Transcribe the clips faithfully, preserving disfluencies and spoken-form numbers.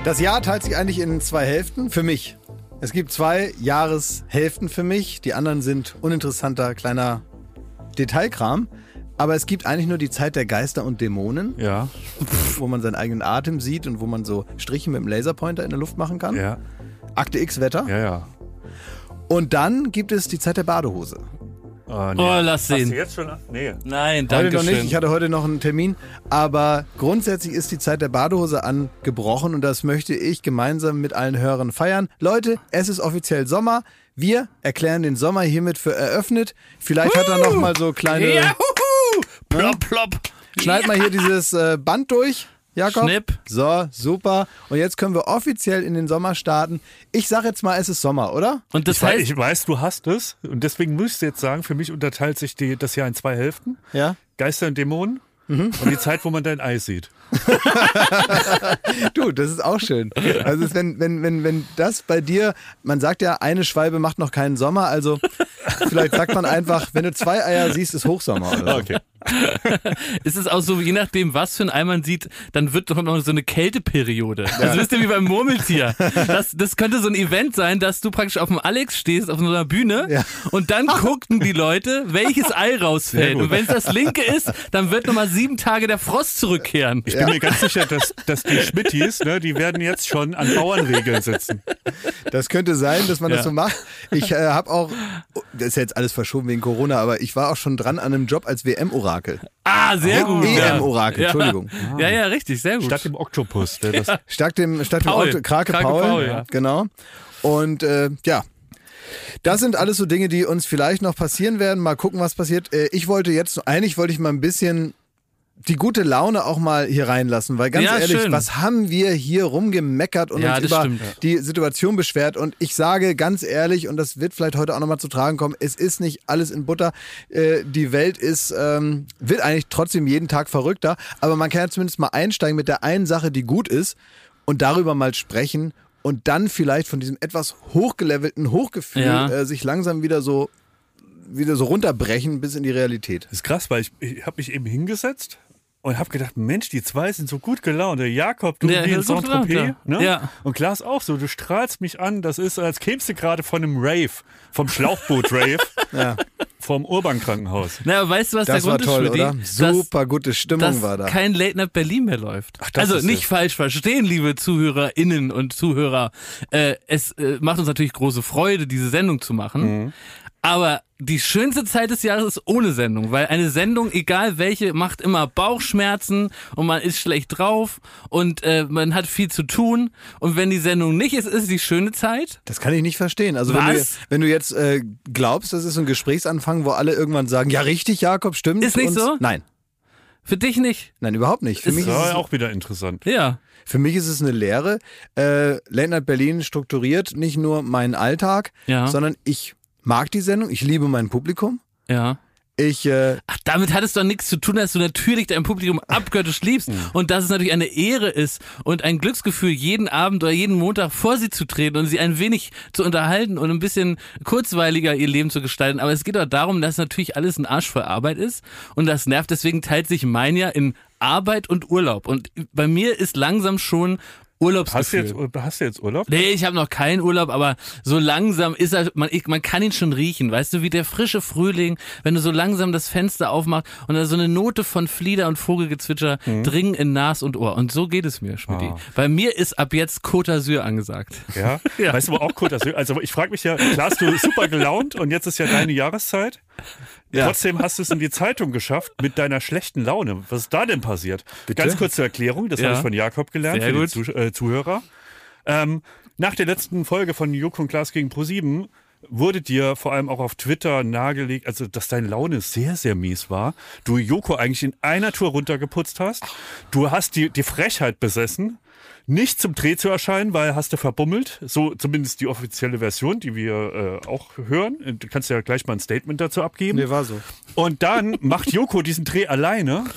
Das Jahr teilt sich eigentlich in zwei Hälften für mich. Es gibt zwei Jahreshälften für mich. Die anderen sind uninteressanter kleiner Detailkram. Aber es gibt eigentlich nur die Zeit der Geister und Dämonen, ja. wo man seinen eigenen Atem sieht und wo man so Striche mit dem Laserpointer in der Luft machen kann. Ja. Akte X Wetter. Ja, ja. Und dann gibt es die Zeit der Badehose. Oh, nee. Oh, lass sehen. Hast du jetzt schon? Nee. Nein, danke Heute noch schön. nicht, ich hatte heute noch einen Termin, aber grundsätzlich ist die Zeit der Badehose angebrochen und das möchte ich gemeinsam mit allen Hörern feiern. Leute, es ist offiziell Sommer, wir erklären den Sommer hiermit für eröffnet. Vielleicht hat er noch mal so kleine... Ja, huhu. Plopp, plopp. Schneid ja. mal hier dieses äh, Band durch, Jakob. Schnipp. So, super. Und jetzt können wir offiziell in den Sommer starten. Ich sag jetzt mal, es ist Sommer, oder? Und das Ich weiß, heißt, ich weiß, du hast es und deswegen müsst ihr jetzt sagen, für mich unterteilt sich die, das Jahr in zwei Hälften. Ja. Geister und Dämonen mhm. und die Zeit, wo man dein Eis sieht. Du, das ist auch schön. Also es ist, wenn, wenn, wenn, wenn das bei dir, man sagt ja, eine Schwalbe macht noch keinen Sommer, also vielleicht sagt man einfach, wenn du zwei Eier siehst, ist Hochsommer oder so. Okay. ist es auch so, je nachdem, was für ein Ei man sieht, dann wird doch noch so eine Kälteperiode. Also wisst ihr, wie beim Murmeltier. Das, das könnte so ein Event sein, dass du praktisch auf dem Alex stehst, auf so einer Bühne Ja. und dann guckten die Leute, welches Ei rausfällt. Und wenn es das linke ist, dann wird nochmal sieben Tage der Frost zurückkehren. Ich bin mir ganz sicher, dass, dass die Schmittis, ne, die werden jetzt schon an Bauernregeln sitzen. Das könnte sein, dass man Ja. das so macht. Ich äh, habe auch, das ist ja jetzt alles verschoben wegen Corona, aber ich war auch schon dran an einem Job als W M-Orakel. Ah, sehr gut. E ja. M-Orakel, Ja. Entschuldigung. Ja, ja, richtig, sehr gut. Statt dem Oktopus. Der das, Statt dem, statt dem Paul. Auto, Krake, Krake Paul, Paul, ja. genau. Und äh, ja, das sind alles so Dinge, die uns vielleicht noch passieren werden. Mal gucken, was passiert. Äh, ich wollte jetzt, eigentlich wollte ich mal ein bisschen die gute Laune auch mal hier reinlassen, weil ganz Ja, ehrlich, schön. was haben wir hier rumgemeckert und Ja, uns das über stimmt. die Situation beschwert und ich sage ganz ehrlich, und das wird vielleicht heute auch nochmal zu tragen kommen, es ist nicht alles in Butter, äh, die Welt ist, ähm, wird eigentlich trotzdem jeden Tag verrückter, aber man kann ja zumindest mal einsteigen mit der einen Sache, die gut ist und darüber mal sprechen und dann vielleicht von diesem etwas hochgelevelten Hochgefühl Ja. äh, sich langsam wieder so wieder so runterbrechen bis in die Realität. das ist krass, weil ich, ich habe mich eben hingesetzt und habe gedacht, Mensch, die zwei sind so gut gelaunt. Der Jakob, du Der wie in ist gut Saint-Tropez. gelaunt, ja. Ne? Ja. Und Klaas auch so, du strahlst mich an. Das ist, als kämst du gerade von einem Rave, vom Schlauchboot-Rave, Ja. vom Urban-Krankenhaus. Na, aber weißt du, was Das der war Grund toll, ist, Schmidti? oder? Dass- Super gute Stimmung dass war da. kein Late Night Berlin mehr läuft. das Also ist nicht es. falsch verstehen, liebe ZuhörerInnen und Zuhörer. Äh, es äh, macht uns natürlich große Freude, diese Sendung zu machen. Mhm. Aber die schönste Zeit des Jahres ist ohne Sendung, weil eine Sendung, egal welche, macht immer Bauchschmerzen und man ist schlecht drauf und äh, man hat viel zu tun. Und wenn die Sendung nicht ist, ist es die schöne Zeit. Das kann ich nicht verstehen. Also wenn du, Was? wenn du jetzt äh, glaubst, das ist so ein Gesprächsanfang, wo alle irgendwann sagen, ja richtig, Jakob, stimmt. Ist nicht und, so? Nein, Für dich nicht? nein, überhaupt nicht. Für Ist mich, Das ist war es, auch wieder interessant. Ja. für mich ist es eine Lehre. Äh, Late Night Berlin strukturiert nicht nur meinen Alltag, Ja. sondern ich mag die Sendung, ich liebe mein Publikum. Ja. Ich, äh, Ach, damit hat es doch nichts zu tun, dass du natürlich dein Publikum abgöttisch liebst und dass es natürlich eine Ehre ist und ein Glücksgefühl, jeden Abend oder jeden Montag vor sie zu treten und sie ein wenig zu unterhalten und ein bisschen kurzweiliger ihr Leben zu gestalten. Aber es geht doch darum, dass natürlich alles ein Arsch voll Arbeit ist und das nervt. Deswegen teilt sich mein Jahr in Arbeit und Urlaub. Und bei mir ist langsam schon Hast du, Urlaubsgefühl. jetzt, hast du jetzt Urlaub? Nee, ich habe noch keinen Urlaub, aber so langsam ist er, man, ich, man kann ihn schon riechen, weißt du, wie der frische Frühling, wenn du so langsam das Fenster aufmachst und da so eine Note von Flieder und Vogelgezwitscher Mhm. dringen in Nas und Ohr. Und so geht es mir, Schmidti. Ah. Bei mir ist ab jetzt Côte d'Azur angesagt. Ja? Ja. Weißt du, wo auch Côte d'Azur? Also ich frage mich ja, klar hast du super gelaunt und jetzt ist ja deine Jahreszeit. Ja. Trotzdem hast du es in die Zeitung geschafft mit deiner schlechten Laune. Was ist da denn passiert? Bitte? Ganz kurz zur Erklärung, das Ja. habe ich von Jakob gelernt, Sehr für gut. die Zuh äh, Zuhörer. Ähm, nach der letzten Folge von Joko und Klaas gegen ProSieben wurde dir vor allem auch auf Twitter nahegelegt, also dass deine Laune sehr, sehr mies war. Du Joko eigentlich in einer Tour runtergeputzt hast. Du hast die, die Frechheit besessen, nicht zum Dreh zu erscheinen, weil hast du verbummelt. So zumindest die offizielle Version, die wir äh, auch hören. Du kannst ja gleich mal ein Statement dazu abgeben. nee, war so. Und dann macht Joko diesen Dreh alleine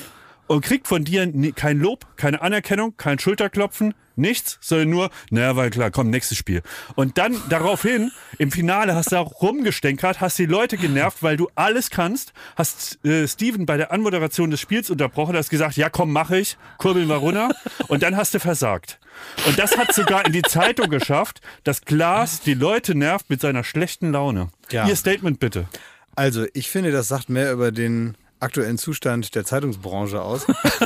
und kriegt von dir nie, kein Lob, keine Anerkennung, kein Schulterklopfen, nichts, sondern nur, naja, weil klar, komm, nächstes Spiel. Und dann daraufhin, im Finale hast du auch rumgestänkert, hast die Leute genervt, weil du alles kannst, hast äh, Steven bei der Anmoderation des Spiels unterbrochen, hast gesagt, ja komm, mach ich, kurbeln wir runter und dann hast du versagt. Und das hat sogar in die Zeitung geschafft, dass Klaas die Leute nervt mit seiner schlechten Laune. Ja. Ihr Statement bitte. Also, ich finde, das sagt mehr über den aktuellen Zustand der Zeitungsbranche aus.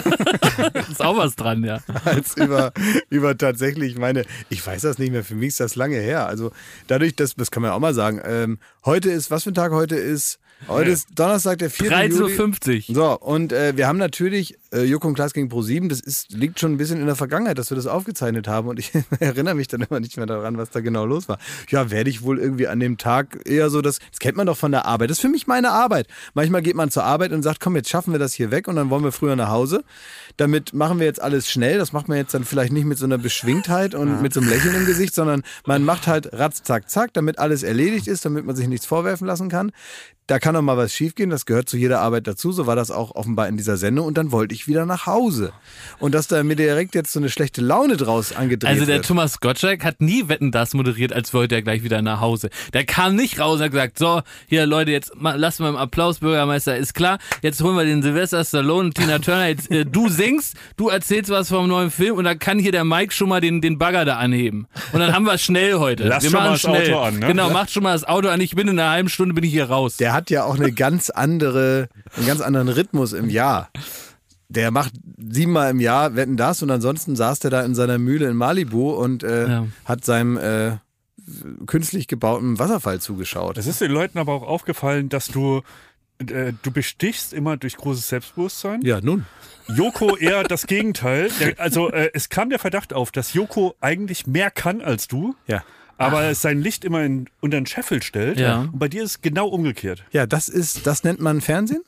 Ist auch was dran, ja. Als über, über tatsächlich meine, ich weiß das nicht mehr, für mich ist das lange her. Also dadurch, dass, das kann man auch mal sagen, ähm, heute ist, was für ein Tag heute ist? Heute ist Donnerstag, der vierte Juli. dreizehn Uhr fünfzig. So, und äh, wir haben natürlich äh, Joko und Klaas gegen ProSieben, das ist, liegt schon ein bisschen in der Vergangenheit, dass wir das aufgezeichnet haben und ich erinnere mich dann immer nicht mehr daran, was da genau los war. Ja, werde ich wohl irgendwie an dem Tag eher so, das, das kennt man doch von der Arbeit, das ist für mich meine Arbeit. Manchmal geht man zur Arbeit und sagt, komm, jetzt schaffen wir das hier weg und dann wollen wir früher nach Hause. Damit machen wir jetzt alles schnell, das macht man jetzt dann vielleicht nicht mit so einer Beschwingtheit und ja. mit so einem Lächeln im Gesicht, sondern man macht halt ratz, zack, zack, damit alles erledigt ist, damit man sich nichts vorwerfen lassen kann. Da kann auch mal was schiefgehen, das gehört zu jeder Arbeit dazu, so war das auch offenbar in dieser Sendung und dann wollte ich wieder nach Hause. Und dass da mir direkt jetzt so eine schlechte Laune draus angedreht wird. Also der wird. Thomas Gottschalk hat nie Wetten, das moderiert, als wollte er gleich wieder nach Hause. Der kam nicht raus und hat gesagt, so, hier Leute, jetzt mal, lassen wir im Applaus, Bürgermeister, ist klar, jetzt holen wir den Sylvester Stallone und Tina Turner, jetzt, äh, du singst, du erzählst was vom neuen Film und dann kann hier der Mike schon mal den, den Bagger da anheben. Und dann haben wir es schnell heute. Lass wir schon machen mal das schnell. Auto an, ne? Genau, macht schon mal das Auto an, ich bin in einer halben Stunde, bin ich hier raus. Der hat ja auch eine ganz andere, einen ganz anderen Rhythmus im Jahr. Der macht siebenmal im Jahr Wetten, das und ansonsten saß der da in seiner Mühle in Malibu und äh, ja. hat seinem äh, künstlich gebauten Wasserfall zugeschaut. Das ist den Leuten aber auch aufgefallen, dass du, äh, du bestichst immer durch großes Selbstbewusstsein. Ja, nun. Joko eher das Gegenteil. Der, also äh, es kam der Verdacht auf, dass Joko eigentlich mehr kann als du. Ja. Aber Ach. sein Licht immer in, unter den Scheffel stellt. Ja. Und bei dir ist es genau umgekehrt. Ja, das ist, das nennt man Fernsehen.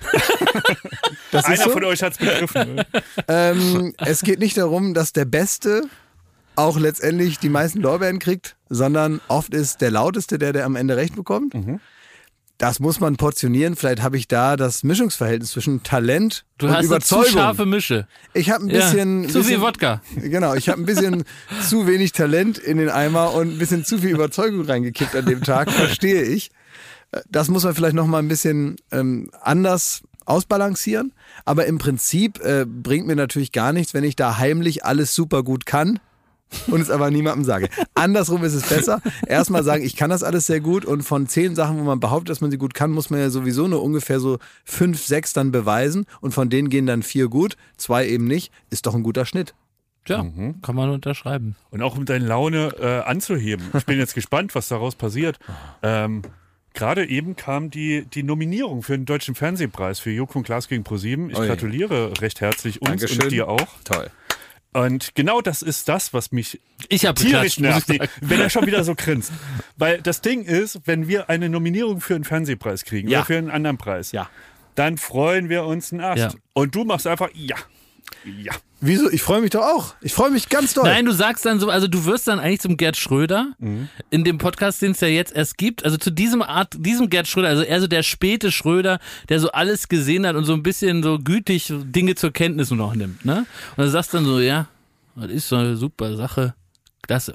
Das Einer ist so. Von euch hat es begriffen. ähm, es geht nicht darum, dass der Beste auch letztendlich die meisten Lorbeeren kriegt, sondern oft ist der Lauteste der, der am Ende recht bekommt. Mhm. Das muss man portionieren. Vielleicht habe ich da das Mischungsverhältnis zwischen Talent du und hast Überzeugung. Eine zu scharfe Mische. Ich habe ein bisschen... Ja, zu bisschen, viel Wodka. Genau, ich habe ein bisschen zu wenig Talent in den Eimer und ein bisschen zu viel Überzeugung reingekippt an dem Tag, verstehe ich. Das muss man vielleicht nochmal ein bisschen ähm, anders ausbalancieren. Aber im Prinzip äh, bringt mir natürlich gar nichts, wenn ich da heimlich alles super gut kann und es aber niemandem sage. Andersrum ist es besser. Erstmal sagen, ich kann das alles sehr gut und von zehn Sachen, wo man behauptet, dass man sie gut kann, muss man ja sowieso nur ungefähr so fünf, sechs dann beweisen und von denen gehen dann vier gut, zwei eben nicht. Ist doch ein guter Schnitt. Ja, mhm. kann man unterschreiben. Und auch um deine Laune äh, anzuheben. Ich bin jetzt gespannt, was daraus passiert. Ähm, Gerade eben kam die, die Nominierung für den Deutschen Fernsehpreis für Joko und Klaas gegen ProSieben. Ich Oi. gratuliere recht herzlich uns Dankeschön. Und dir auch. Toll. Und genau das ist das, was mich ich hab tierisch nervt, wenn er schon wieder so grinst. Weil das Ding ist, wenn wir eine Nominierung für einen Fernsehpreis kriegen ja. oder für einen anderen Preis, ja. dann freuen wir uns einen Ast. Ja. Und du machst einfach, ja, ja. Wieso? Ich freue mich doch auch. Ich freue mich ganz doll. Nein, du sagst dann so, also du wirst dann eigentlich zum Gerd Schröder mhm. in dem Podcast, den es ja jetzt erst gibt. Also zu diesem Art, diesem Gerd Schröder, also eher so der späte Schröder, der so alles gesehen hat und so ein bisschen so gütig Dinge zur Kenntnis noch nimmt, ne? Und du sagst dann so, ja, das ist so eine super Sache. Klasse.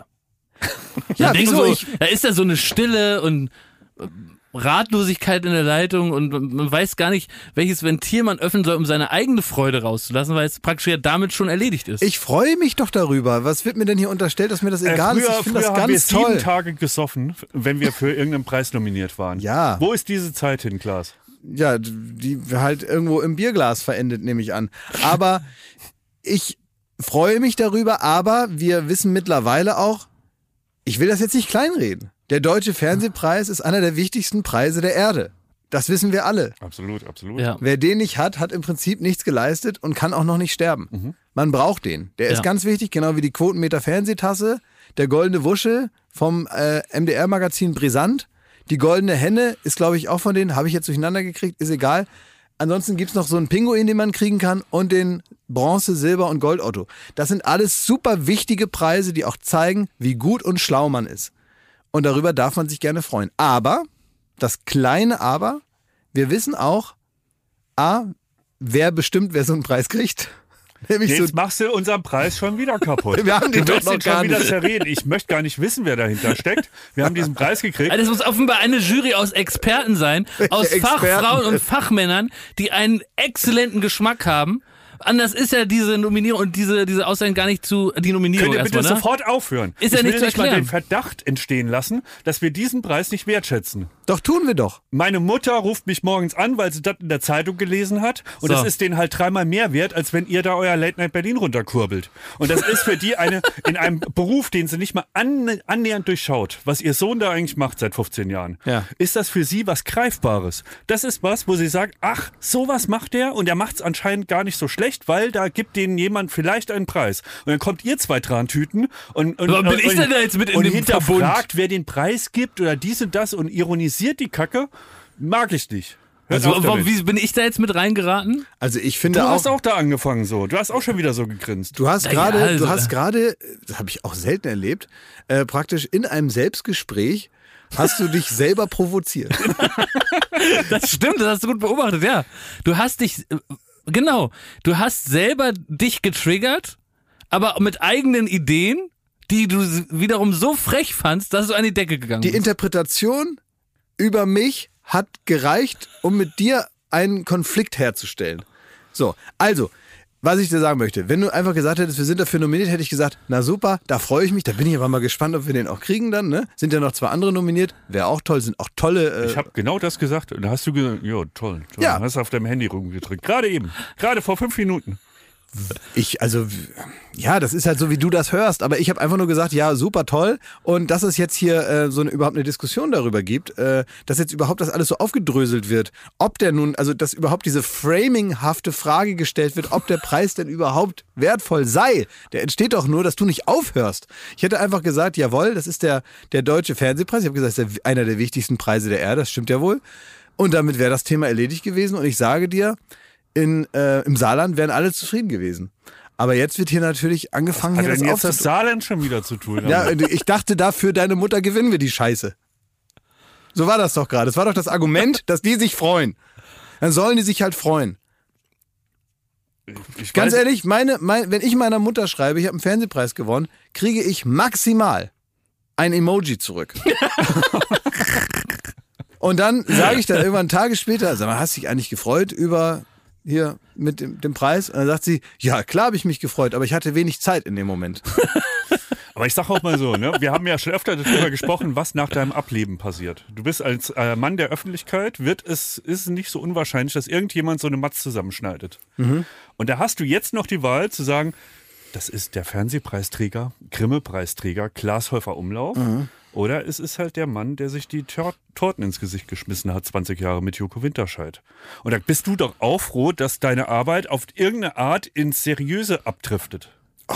Ja, wieso? So, ich da ist da so eine Stille und Ratlosigkeit in der Leitung und man weiß gar nicht, welches Ventil man öffnen soll, um seine eigene Freude rauszulassen, weil es praktisch ja damit schon erledigt ist. Ich freue mich doch darüber. Was wird mir denn hier unterstellt, dass mir das egal äh, früher, ist? Ich finde das haben ganz wir toll. sieben Tage gesoffen, wenn wir für irgendeinen Preis nominiert waren. Ja. Wo ist diese Zeit hin, Klaas? Ja, die halt irgendwo im Bierglas verendet, nehme ich an. Aber ich freue mich darüber, aber wir wissen mittlerweile auch, ich will das jetzt nicht kleinreden. Der Deutsche Fernsehpreis ist einer der wichtigsten Preise der Erde. Das wissen wir alle. Absolut, absolut. Ja. Wer den nicht hat, hat im Prinzip nichts geleistet und kann auch noch nicht sterben. Mhm. Man braucht den. Der Ja. ist ganz wichtig, genau wie die Quotenmeter Fernsehtasse, der goldene Wuschel vom äh, M D R-Magazin Brisant. Die goldene Henne ist, glaube ich, auch von denen, habe ich jetzt durcheinander gekriegt, ist egal. Ansonsten gibt es noch so einen Pinguin, den man kriegen kann und den Bronze-, Silber- und Gold-Otto. Das sind alles super wichtige Preise, die auch zeigen, wie gut und schlau man ist. Und darüber darf man sich gerne freuen. Aber, das kleine Aber, wir wissen auch, A, wer bestimmt, wer so einen Preis kriegt? Nämlich Jetzt so, machst du unseren Preis schon wieder kaputt. Wir haben den du doch willst noch ihn schon gar wieder nicht. zerreden. Ich möchte gar nicht wissen, wer dahinter steckt. Wir haben diesen Preis gekriegt. Also es muss offenbar eine Jury aus Experten sein, aus Experten? Fachfrauen und Fachmännern, die einen exzellenten Geschmack haben. Anders ist ja diese Nominierung und diese, diese Aussagen gar nicht zu, die Nominierung Könnt ihr bitte erstmal, ne? sofort aufhören? Ist ja ich nicht will zu nicht mal erklären. den Verdacht entstehen lassen, dass wir diesen Preis nicht wertschätzen. Doch, tun wir doch. Meine Mutter ruft mich morgens an, weil sie das in der Zeitung gelesen hat. Und So. das ist denen halt dreimal mehr wert, als wenn ihr da euer Late Night Berlin runterkurbelt. Und das ist für die eine, in einem Beruf, den sie nicht mal ann- annähernd durchschaut, was ihr Sohn da eigentlich macht seit fünfzehn Jahren. Ja. Ist das für sie was Greifbares? Das ist was, wo sie sagt, ach, sowas macht der und er macht es anscheinend gar nicht so schlecht, weil da gibt denen jemand vielleicht einen Preis. Und dann kommt ihr zwei Trantüten und, und, Warum bin und, ich denn da jetzt mit in und dem hinterfragt, wer den Preis gibt oder dies und das und ironisiert die Kacke. Mag ich nicht. Hört Also, auf warum, damit. wie bin ich da jetzt mit reingeraten? Also ich finde Du auch, hast auch da angefangen so. Du hast auch schon wieder so gegrinst. du hast Ja, gerade, also- du hast gerade, das habe ich auch selten erlebt, äh, praktisch in einem Selbstgespräch hast du dich selber provoziert. Das stimmt, das hast du gut beobachtet, ja. Du hast dich, äh, genau, du hast selber dich getriggert, aber mit eigenen Ideen, die du s- wiederum so frech fandst, dass du an die Decke gegangen Die bist. Interpretation über mich hat gereicht, um mit dir einen Konflikt herzustellen. So, also, was ich dir sagen möchte, wenn du einfach gesagt hättest, wir sind dafür nominiert, hätte ich gesagt, na super, da freue ich mich, da bin ich aber mal gespannt, ob wir den auch kriegen dann, ne? Sind ja noch zwei andere nominiert, wäre auch toll, sind auch tolle, äh, Ich habe genau das gesagt. Und da hast du gesagt, ja, toll, toll. Ja. Hast auf deinem Handy rumgedrückt. Gerade eben. Gerade vor fünf Minuten. ich, also, ja, das ist halt so, wie du das hörst, aber ich habe einfach nur gesagt, ja, super toll und dass es jetzt hier äh, so eine, überhaupt eine Diskussion darüber gibt, äh, dass jetzt überhaupt das alles so aufgedröselt wird, ob der nun, also dass überhaupt diese framinghafte Frage gestellt wird, ob der Preis denn überhaupt wertvoll sei. Der entsteht doch nur, dass du nicht aufhörst. Ich hätte einfach gesagt, jawohl, das ist der, der Deutsche Fernsehpreis, ich habe gesagt, das ist der, einer der wichtigsten Preise der Erde, das stimmt ja wohl. Und damit wäre das Thema erledigt gewesen und ich sage dir, In, äh, im Saarland wären alle zufrieden gewesen. Aber jetzt wird hier natürlich angefangen, Hat hier denn das jetzt das aufzu... Saarland schon wieder zu tun? Ja, ich dachte, dafür deine Mutter gewinnen wir die Scheiße. So war das doch gerade. Das war doch das Argument, dass die sich freuen. Dann sollen die sich halt freuen. ich Ganz weiß, ehrlich, meine, mein, wenn ich meiner Mutter schreibe, ich habe einen Fernsehpreis gewonnen, kriege ich maximal ein Emoji zurück. Und dann sage ich dann irgendwann Tage später, sag mal, hast du dich eigentlich gefreut über hier mit dem, dem Preis? Und dann sagt sie, ja, klar habe ich mich gefreut, aber ich hatte wenig Zeit in dem Moment. Aber ich sag auch mal so, ne? Wir haben ja schon öfter darüber gesprochen, was nach deinem Ableben passiert. Du bist als äh, Mann der Öffentlichkeit, wird es ist nicht so unwahrscheinlich, dass irgendjemand so eine Matz zusammenschneidet. Mhm. Und da hast du jetzt noch die Wahl zu sagen, das ist der Fernsehpreisträger, Grimme-Preisträger, Klaas Häufer Umlauf. Mhm. Oder es ist halt der Mann, der sich die Tor- Torten ins Gesicht geschmissen hat, zwanzig Jahre mit Joko Winterscheid. Und da bist du doch auch froh, dass deine Arbeit auf irgendeine Art ins Seriöse abdriftet.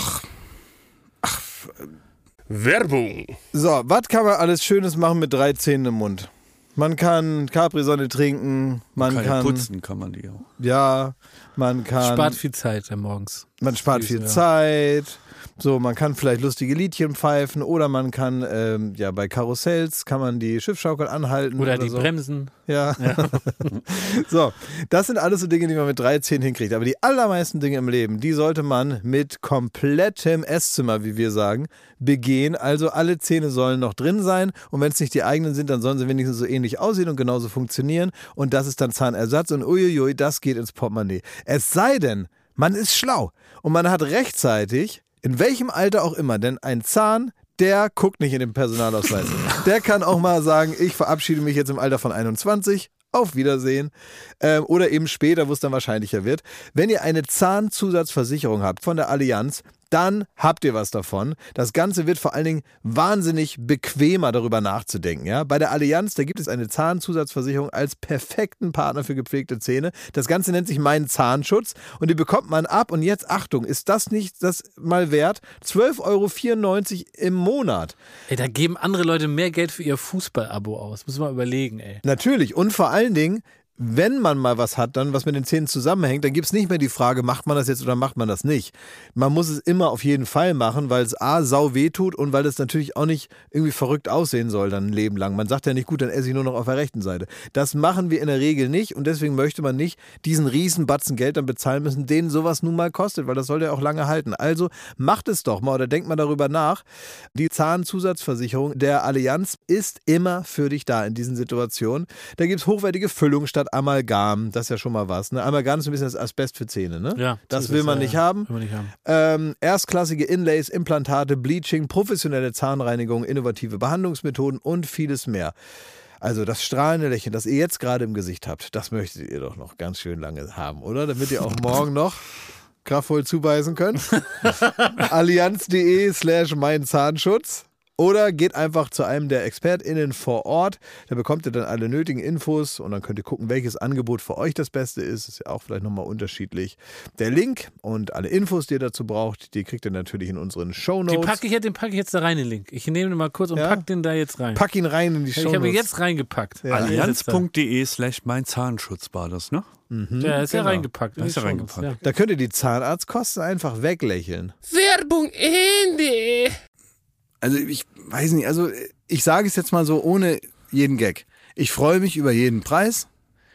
Werbung. So, was kann man alles Schönes machen mit drei Zähnen im Mund? Man kann Capri-Sonne trinken, man Kann ja kann, putzen kann man die auch. ja, man kann, Spart viel Zeit ja, morgens. man spart viel ja. Zeit. So, man kann vielleicht lustige Liedchen pfeifen oder man kann, ähm, ja, bei Karussells kann man die Schiffschaukel anhalten. Oder die so. Bremsen. Ja. So, das sind alles so Dinge, die man mit drei Zähnen hinkriegt. Aber die allermeisten Dinge im Leben, die sollte man mit komplettem Esszimmer, wie wir sagen, begehen. Also alle Zähne sollen noch drin sein. Und wenn es nicht die eigenen sind, dann sollen sie wenigstens so ähnlich aussehen und genauso funktionieren. Und das ist dann Zahnersatz. Und uiuiui, das geht ins Portemonnaie. Es sei denn, man ist schlau. Und man hat rechtzeitig, in welchem Alter auch immer, denn ein Zahn, der guckt nicht in den Personalausweis. Der kann auch mal sagen, ich verabschiede mich jetzt im Alter von einundzwanzig. Auf Wiedersehen. Ähm, oder eben später, wo es dann wahrscheinlicher wird. Wenn ihr eine Zahnzusatzversicherung habt von der Allianz, dann habt ihr was davon. Das Ganze wird vor allen Dingen wahnsinnig bequemer, darüber nachzudenken. Ja? Bei der Allianz, da gibt es eine Zahnzusatzversicherung als perfekten Partner für gepflegte Zähne. Das Ganze nennt sich Mein Zahnschutz und die bekommt man ab. Und jetzt, Achtung, ist das nicht das mal wert? zwölf Euro vierundneunzig im Monat. Ey, da geben andere Leute mehr Geld für ihr Fußball-Abo aus. Muss man mal überlegen, ey. Natürlich. Und vor allen Dingen, wenn man mal was hat, dann was mit den Zähnen zusammenhängt, dann gibt es nicht mehr die Frage, macht man das jetzt oder macht man das nicht. Man muss es immer auf jeden Fall machen, weil es A, sau weh tut und weil es natürlich auch nicht irgendwie verrückt aussehen soll dann ein Leben lang. Man sagt ja nicht, gut, dann esse ich nur noch auf der rechten Seite. Das machen wir in der Regel nicht und deswegen möchte man nicht diesen riesen Batzen Geld dann bezahlen müssen, den sowas nun mal kostet, weil das soll ja auch lange halten. Also macht es doch mal oder denkt mal darüber nach. Die Zahnzusatzversicherung der Allianz ist immer für dich da in diesen Situationen. Da gibt es hochwertige Füllung statt Amalgam, das ist ja schon mal was. Ne? Amalgam ist ein bisschen das Asbest für Zähne, ne? Ja, das will man, äh, nicht haben. will man nicht haben. Ähm, erstklassige Inlays, Implantate, Bleaching, professionelle Zahnreinigung, innovative Behandlungsmethoden und vieles mehr. Also das strahlende Lächeln, das ihr jetzt gerade im Gesicht habt, das möchtet ihr doch noch ganz schön lange haben, oder? Damit ihr auch morgen noch kraftvoll zubeißen könnt. Allianz.de slash mein Zahnschutz. Oder geht einfach zu einem der ExpertInnen vor Ort. Da bekommt ihr dann alle nötigen Infos und dann könnt ihr gucken, welches Angebot für euch das Beste ist. Ist ja auch vielleicht nochmal unterschiedlich. Der Link und alle Infos, die ihr dazu braucht, die kriegt ihr natürlich in unseren Shownotes. Den packe ich, den packe ich jetzt da rein, den Link. Ich nehme den mal kurz und Ja? pack den da jetzt rein. Pack ihn rein in die Shownotes. Ich habe ihn jetzt reingepackt. Ja. Allianz.de slash mein Zahnschutz war das, ne? Mhm, Ja, ist ja genau. reingepackt. Da ist er Schon, reingepackt. ja. Da könnt ihr die Zahnarztkosten einfach weglächeln. Werbung Ende. Also ich weiß nicht, also ich sage es jetzt mal so ohne jeden Gag. Ich freue mich über jeden Preis.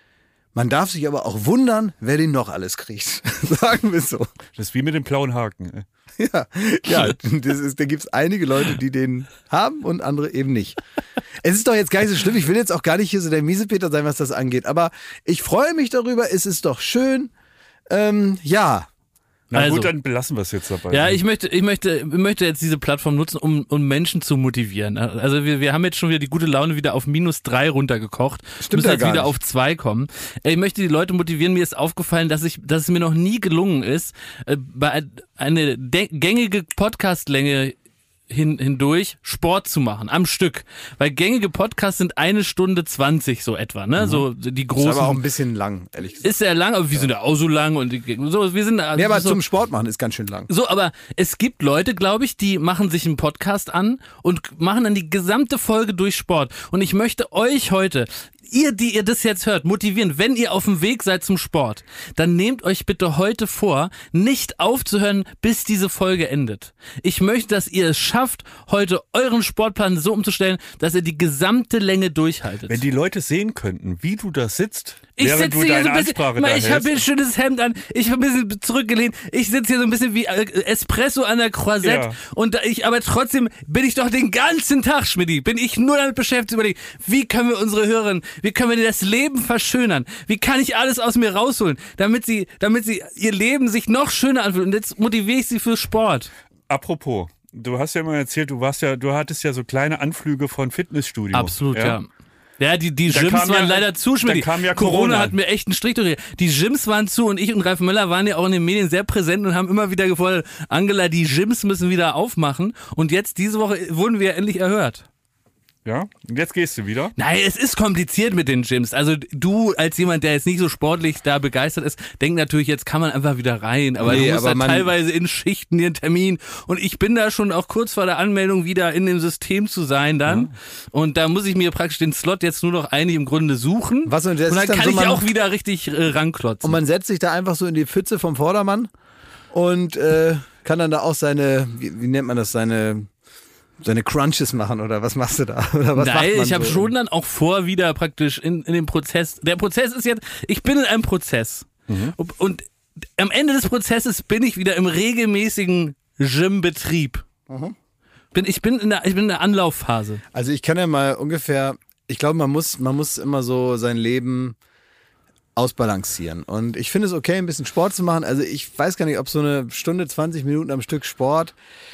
Man darf sich aber auch wundern, wer den noch alles kriegt. Sagen wir so. Das ist wie mit dem blauen Haken. Ja, ja das ist, da gibt es einige Leute, die den haben und andere eben nicht. Es ist doch jetzt gar nicht so schlimm. Ich will jetzt auch gar nicht hier so der Miesepeter sein, was das angeht. Aber ich freue mich darüber. Es ist doch schön. Ähm, ja. Na Also. gut, dann belassen wir es jetzt dabei. Ja, ich möchte, ich möchte, ich möchte jetzt diese Plattform nutzen, um, um Menschen zu motivieren. Also wir, wir haben jetzt schon wieder die gute Laune wieder auf minus drei runtergekocht. Stimmt Müssen ja jetzt gar wieder nicht. auf zwei kommen. Ich möchte die Leute motivieren. Mir ist aufgefallen, dass ich, dass es mir noch nie gelungen ist, äh, bei eine de- gängige Podcastlänge hin, hindurch Sport zu machen, am Stück. Weil gängige Podcasts sind eine Stunde zwanzig so etwa, ne? So die Ist großen. aber auch ein bisschen lang, ehrlich gesagt. Ist sehr lang, aber wir sind ja auch so lang und die, so, wir sind also Nee, aber so, zum Sport machen ist ganz schön lang. so, aber es gibt Leute, glaube ich, die machen sich einen Podcast an und machen dann die gesamte Folge durch Sport. Und ich möchte euch heute, ihr, die ihr das jetzt hört, motivieren, wenn ihr auf dem Weg seid zum Sport, dann nehmt euch bitte heute vor, nicht aufzuhören, bis diese Folge endet. Ich möchte, dass ihr es schafft, heute euren Sportplan so umzustellen, dass ihr die gesamte Länge durchhaltet. Wenn die Leute sehen könnten, wie du da sitzt, Ich während sitze du hier deine so ein bisschen, Ansprache mal, da ich habe hier ein hältst. schönes Hemd an, ich habe ein bisschen zurückgelehnt, ich sitze hier so ein bisschen wie äh, Espresso an der Croisette Ja. und da ich, aber trotzdem bin ich doch den ganzen Tag, Schmidti, bin ich nur damit beschäftigt zu überlegen, wie können wir unsere Hörerinnen, wie können wir das Leben verschönern, wie kann ich alles aus mir rausholen, damit sie, damit sie ihr Leben sich noch schöner anfühlt und jetzt motiviere ich sie für Sport. Apropos, du hast ja immer erzählt, du warst ja, du hattest ja so kleine Anflüge von Fitnessstudio. Absolut, ja. Ja, die, die Da Gyms kam waren ja- leider zu, Schmidti. da kam ja Corona. Corona. hat mir echt einen Strich durch. Die Gyms waren zu und ich und Ralf Möller waren ja auch in den Medien sehr präsent und haben immer wieder gefordert, Angela, die Gyms müssen wieder aufmachen. Und jetzt, diese Woche, wurden wir endlich erhört. Ja, und jetzt gehst du wieder. Nein, es ist kompliziert mit den Gyms. Also du als jemand, der jetzt nicht so sportlich da begeistert ist, denkt natürlich, jetzt kann man einfach wieder rein. Aber Nee, du musst aber da man- teilweise in Schichten den Termin. Und ich bin da schon auch kurz vor der Anmeldung wieder in dem System zu sein dann. Und da muss ich mir praktisch den Slot jetzt nur noch eigentlich im Grunde suchen. Was, und das und dann ist dann kann so, ich man- auch wieder richtig äh, ranklotzen. Und man setzt sich da einfach so in die Pfütze vom Vordermann und äh, kann dann da auch seine, wie, wie nennt man das, seine, seine Crunches machen oder was machst du da? Oder was Nein, macht man ich habe so? schon dann auch vor, wieder praktisch in, in dem Prozess. Der Prozess ist jetzt, ich bin in einem Prozess. Und, und am Ende des Prozesses bin ich wieder im regelmäßigen Gymbetrieb. Bin, ich, bin in der, ich bin in der Anlaufphase. Also ich kann ja mal ungefähr, ich glaube, man muss, man muss immer so sein Leben ausbalancieren. Und ich finde es okay, ein bisschen Sport zu machen. Also ich weiß gar nicht, ob so eine Stunde, zwanzig Minuten am Stück Sport,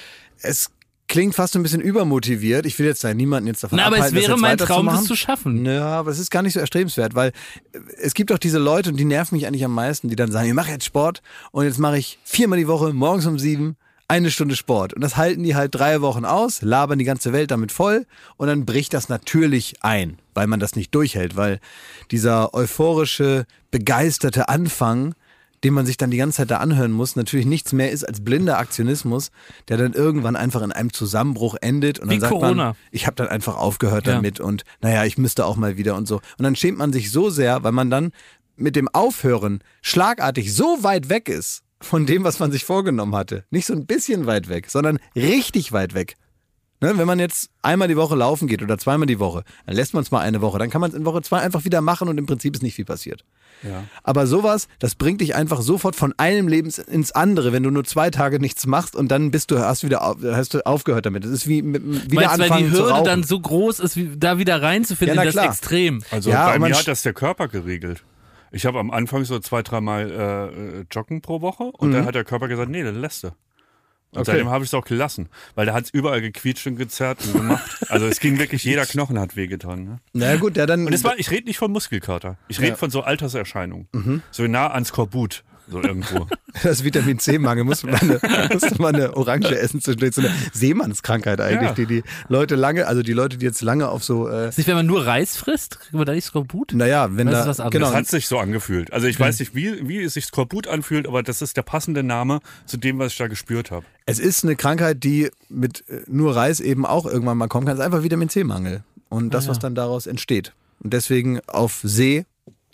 es klingt fast so ein bisschen übermotiviert. Ich will jetzt da niemanden jetzt davon Na, aber abhalten, es wäre das jetzt mein Traum, weiterzumachen. das zu schaffen. Ja, aber es ist gar nicht so erstrebenswert, weil es gibt auch diese Leute, und die nerven mich eigentlich am meisten, die dann sagen, ich mache jetzt Sport und jetzt mache ich viermal die Woche, morgens um sieben, eine Stunde Sport. Und das halten die halt drei Wochen aus, labern die ganze Welt damit voll und dann bricht das natürlich ein, weil man das nicht durchhält, weil dieser euphorische, begeisterte Anfang, den man sich dann die ganze Zeit da anhören muss, natürlich nichts mehr ist als blinder Aktionismus, der dann irgendwann einfach in einem Zusammenbruch endet und Wie dann sagt Corona. man, ich habe dann einfach aufgehört Ja. damit und naja, ich müsste auch mal wieder und so. Und dann schämt man sich so sehr, weil man dann mit dem Aufhören schlagartig so weit weg ist von dem, was man sich vorgenommen hatte. Nicht so ein bisschen weit weg, sondern richtig weit weg. Ne, wenn man jetzt einmal die Woche laufen geht oder zweimal die Woche, dann lässt man es mal eine Woche, dann kann man es in Woche zwei einfach wieder machen und im Prinzip ist nicht viel passiert. Ja. Aber sowas, das bringt dich einfach sofort von einem Leben ins andere, wenn du nur zwei Tage nichts machst und dann bist du, hast, wieder, auf- hast du aufgehört damit. Das ist wie mit, wieder Meinst du, weil anfangen die zu Hürde rauchen. dann so groß ist, wie, da wieder reinzufinden, Ja, na das klar. Extrem. Also Ja, bei und man mir sch- hat das der Körper geregelt. Ich habe am Anfang so zwei, dreimal äh, joggen pro Woche und Mhm. dann hat der Körper gesagt, nee, das lässt du. Und Okay. seitdem habe ich es auch gelassen, weil da hat es überall gequietscht und gezerrt und gemacht. Also es ging wirklich, jeder Knochen hat wehgetan. Ne? Na gut, ja dann. Und es war, ich rede nicht von Muskelkater, ich rede Ja. von so Alterserscheinungen, so nah an Skorbut, so irgendwo. das Vitamin C-Mangel, musste man eine, musste man eine Orange essen zwischendurch. So eine Seemannskrankheit eigentlich, Ja. die die Leute lange, also die Leute, die jetzt lange auf so, äh, Ist nicht, wenn man nur Reis frisst, kriegt man da nicht Skorbut? naja, wenn Das da, ist was anderes. genau, Das hat sich so angefühlt. Also ich weiß nicht, wie, wie es sich Skorbut anfühlt, aber das ist der passende Name zu dem, was ich da gespürt habe. es ist eine Krankheit, die mit äh, nur Reis eben auch irgendwann mal kommen kann. Es ist einfach Vitamin C-Mangel und das, Ah, ja. was dann daraus entsteht. Und deswegen auf See.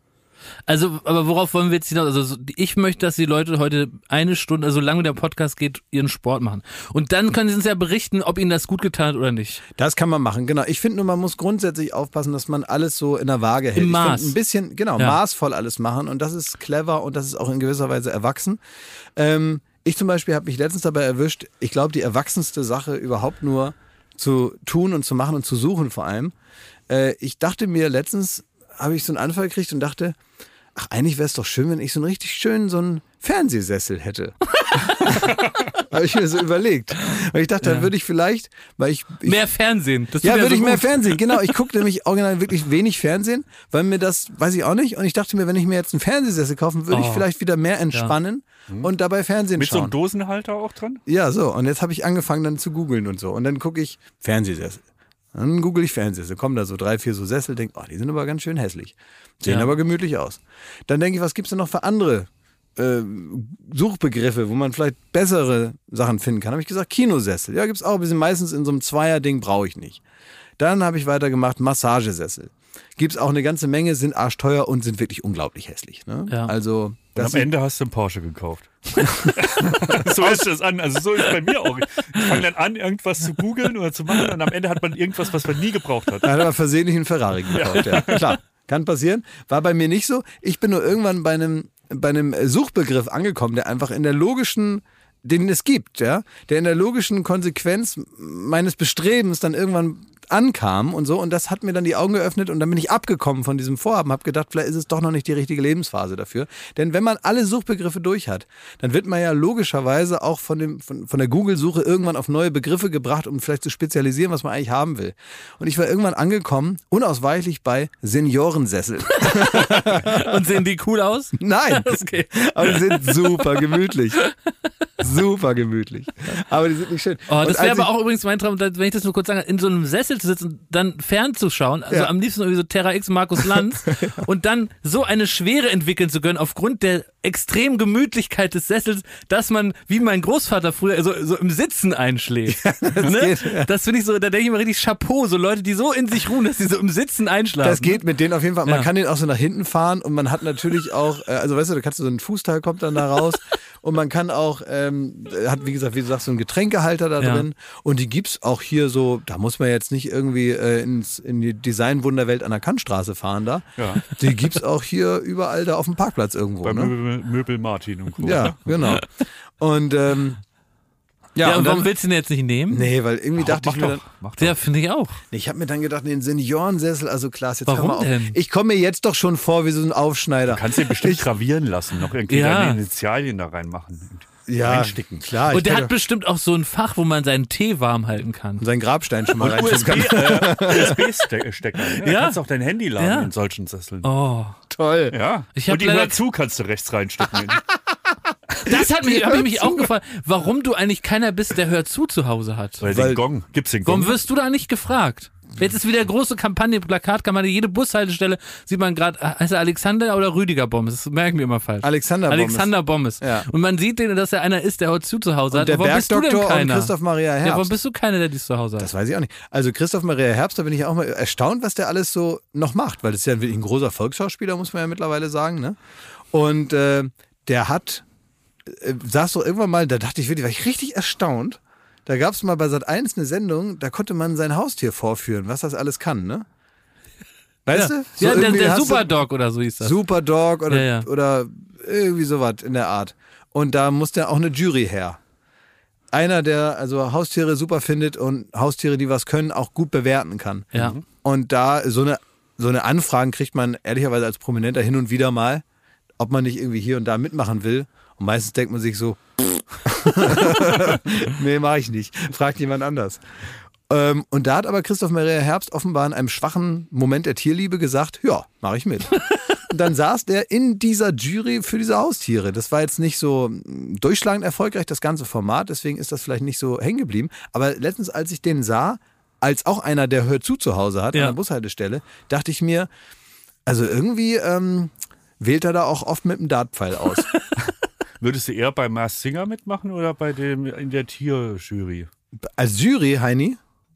Also, aber worauf wollen wir jetzt hinaus? Also, so- ich möchte, dass die Leute heute eine Stunde, also solange der Podcast geht, ihren Sport machen. Und dann können sie uns ja berichten, ob ihnen das gut getan hat oder nicht. Das kann man machen, genau. Ich finde nur, man muss grundsätzlich aufpassen, dass man alles so in der Waage hält. Im Ich find, Maß. ein bisschen, genau, Ja. maßvoll alles machen und das ist clever und das ist auch in gewisser Weise erwachsen. Ähm, ich zum Beispiel habe mich letztens dabei erwischt, ich glaube, die erwachsenste Sache überhaupt nur zu tun und zu machen und zu suchen vor allem. Äh, ich dachte mir letztens, habe ich so einen Anfall gekriegt und dachte, ach, eigentlich wäre es doch schön, wenn ich so einen richtig schönen, so einen Fernsehsessel hätte. Habe ich mir so überlegt. Und ich dachte, dann würde ich vielleicht, weil ich, ich Mehr Fernsehen. Das ja, tut würde so ich mehr gut. Fernsehen. Genau, ich gucke nämlich original wirklich wenig Fernsehen, weil mir das, weiß ich auch nicht. Und ich dachte mir, wenn ich mir jetzt einen Fernsehsessel kaufen, würde ich Oh. vielleicht wieder mehr entspannen und dabei Fernsehen Mit so einem schauen. Dosenhalter auch dran? Ja, so. Und jetzt habe ich angefangen dann zu googeln und so. Und dann gucke ich Fernsehsessel. Dann google ich Fernsehsessel. Kommen da so drei, vier so Sessel, denke, oh, die sind aber ganz schön hässlich. Sehen Ja. aber gemütlich aus. Dann denke ich, was gibt's denn noch für andere äh, Suchbegriffe, wo man vielleicht bessere Sachen finden kann? Habe ich gesagt, Kinosessel. Ja, gibt's auch. Wir sind meistens in so einem Zweier-Ding, brauche ich nicht. Dann habe ich weitergemacht, Massagesessel. Gibt's auch eine ganze Menge, sind arschteuer und sind wirklich unglaublich hässlich. Ne? Ja. Also, Und das am Ende hast du einen Porsche gekauft. So ist das an. Also so ist bei mir auch. Ich fange dann an, irgendwas zu googeln oder zu machen und am Ende hat man irgendwas, was man nie gebraucht hat. Er hat aber versehentlich einen Ferrari gekauft, ja. Klar, kann passieren. War bei mir nicht so. Ich bin nur irgendwann bei einem, bei einem Suchbegriff angekommen, der einfach in der logischen, den es gibt, ja, der in der logischen Konsequenz meines Bestrebens dann irgendwann ankam und so. Und das hat mir dann die Augen geöffnet und dann bin ich abgekommen von diesem Vorhaben, habe gedacht, vielleicht ist es doch noch nicht die richtige Lebensphase dafür. Denn wenn man alle Suchbegriffe durch hat, dann wird man ja logischerweise auch von, dem, von, von der Google-Suche irgendwann auf neue Begriffe gebracht, um vielleicht zu spezialisieren, was man eigentlich haben will. Und ich war irgendwann angekommen, unausweichlich bei Seniorensessel. Und sehen die cool aus? Nein, Okay. aber die sind super gemütlich. Super gemütlich. Aber die sind nicht schön. Oh, Und das als wäre aber ich- auch übrigens mein Traum, wenn ich das nur kurz sage, in so einem Sessel zu sitzen, dann fernzuschauen, also Ja. am liebsten irgendwie so Terra X Markus Lanz und dann so eine Schwere entwickeln zu können aufgrund der extremen Gemütlichkeit des Sessels, dass man, wie mein Großvater früher, so, so im Sitzen einschläft. das ne? geht, ja. das finde ich so, da denke ich immer richtig Chapeau, so Leute, die so in sich ruhen, dass sie so im Sitzen einschlafen. Das geht mit denen auf jeden Fall. Man Ja. kann den auch so nach hinten fahren und man hat natürlich auch, äh, also weißt du, da kannst du so ein Fußteil kommt dann da raus und man kann auch, ähm, hat wie gesagt, wie du sagst, so einen Getränkehalter da Ja. drin und die gibt's auch hier so, da muss man jetzt nicht irgendwie äh, ins, in die Designwunderwelt an der Kantstraße fahren da. Ja. Die gibt's auch hier überall da auf dem Parkplatz irgendwo. Bei Ne? Möbel, Möbel Martin und Co. Ja, genau. Und ähm, ja, Ja, und und warum dann, willst du den jetzt nicht nehmen? nee, weil irgendwie dachte mach ich mir doch, dann, mach doch. Ja, finde ich auch. Nee, ich habe mir dann gedacht, den Seniorensessel, also Klaas, jetzt Warum hör mal auf. denn? Ich komme mir jetzt doch schon vor wie so ein Aufschneider. Du kannst den bestimmt gravieren lassen, noch irgendwie Ja. deine Initialien da reinmachen. ja, reinsticken. klar. Und der ich hat kann bestimmt auch so ein Fach, wo man seinen Tee warm halten kann. doch seinen Grabstein schon mal U S B, reintun kann. äh, U S B-Stecker. Ne? Du Ja. kannst auch dein Handy laden Ja. in solchen Sesseln. Oh. Toll. Ja. Ich hab und die leider- Hörzu kannst du rechts reinstecken. Das hat mich, hab ich mich auch gefragt, warum du eigentlich keiner bist, der hört zu zu Hause hat. Weil, Weil- den Gong. Gibt's den Gong? Warum wirst du da nicht gefragt? Jetzt ist wieder große Kampagne, Plakatkampagne, jede Bushaltestelle sieht man gerade, heißt er Alexander oder Rüdiger Bommes? Das merken wir immer falsch. Alexander Bommes. Alexander Bommes. Ja. Und man sieht, den, dass er einer ist, der heute zu zu Hause Und hat. der Warum bist du denn Bergdoktor und keiner? Christoph Maria Herbst. Ja, warum bist du keiner, der dies zu Hause hat? Das weiß ich auch nicht. Also Christoph Maria Herbst, da bin ich auch mal erstaunt, was der alles so noch macht, weil das ist ja wirklich ein großer Volksschauspieler, muss man ja mittlerweile sagen. Ne? Und äh, der hat, äh, saß doch irgendwann mal, da dachte ich wirklich, war ich richtig erstaunt. Da gab es mal bei Sat eins eine Sendung, da konnte man sein Haustier vorführen, was das alles kann, ne? Weißt ja. du? So ja, der, irgendwie der hast du- Superdog oder so hieß das. Superdog oder, Ja, ja. oder irgendwie sowas in der Art. Und da musste auch eine Jury her. Einer, der also Haustiere super findet und Haustiere, die was können, auch gut bewerten kann. Ja. Und da so eine, so eine Anfragen kriegt man ehrlicherweise als Prominenter hin und wieder mal, ob man nicht irgendwie hier und da mitmachen will. Und meistens denkt man sich so, nee, mach ich nicht. Fragt jemand anders. Ähm, und da hat aber Christoph Maria Herbst offenbar in einem schwachen Moment der Tierliebe gesagt, ja, mache ich mit. Und dann saß der in dieser Jury für diese Haustiere. Das war jetzt nicht so durchschlagend erfolgreich, das ganze Format, deswegen ist das vielleicht nicht so hängen geblieben. Aber letztens, als ich den sah, als auch einer, der Hört zu zu Hause hat, Ja. an der Bushaltestelle, dachte ich mir, also irgendwie ähm, wählt er da auch oft mit dem Dartpfeil aus. Würdest du eher bei Mars Singer mitmachen oder bei dem in der Tierjury? Als Jury, Heini?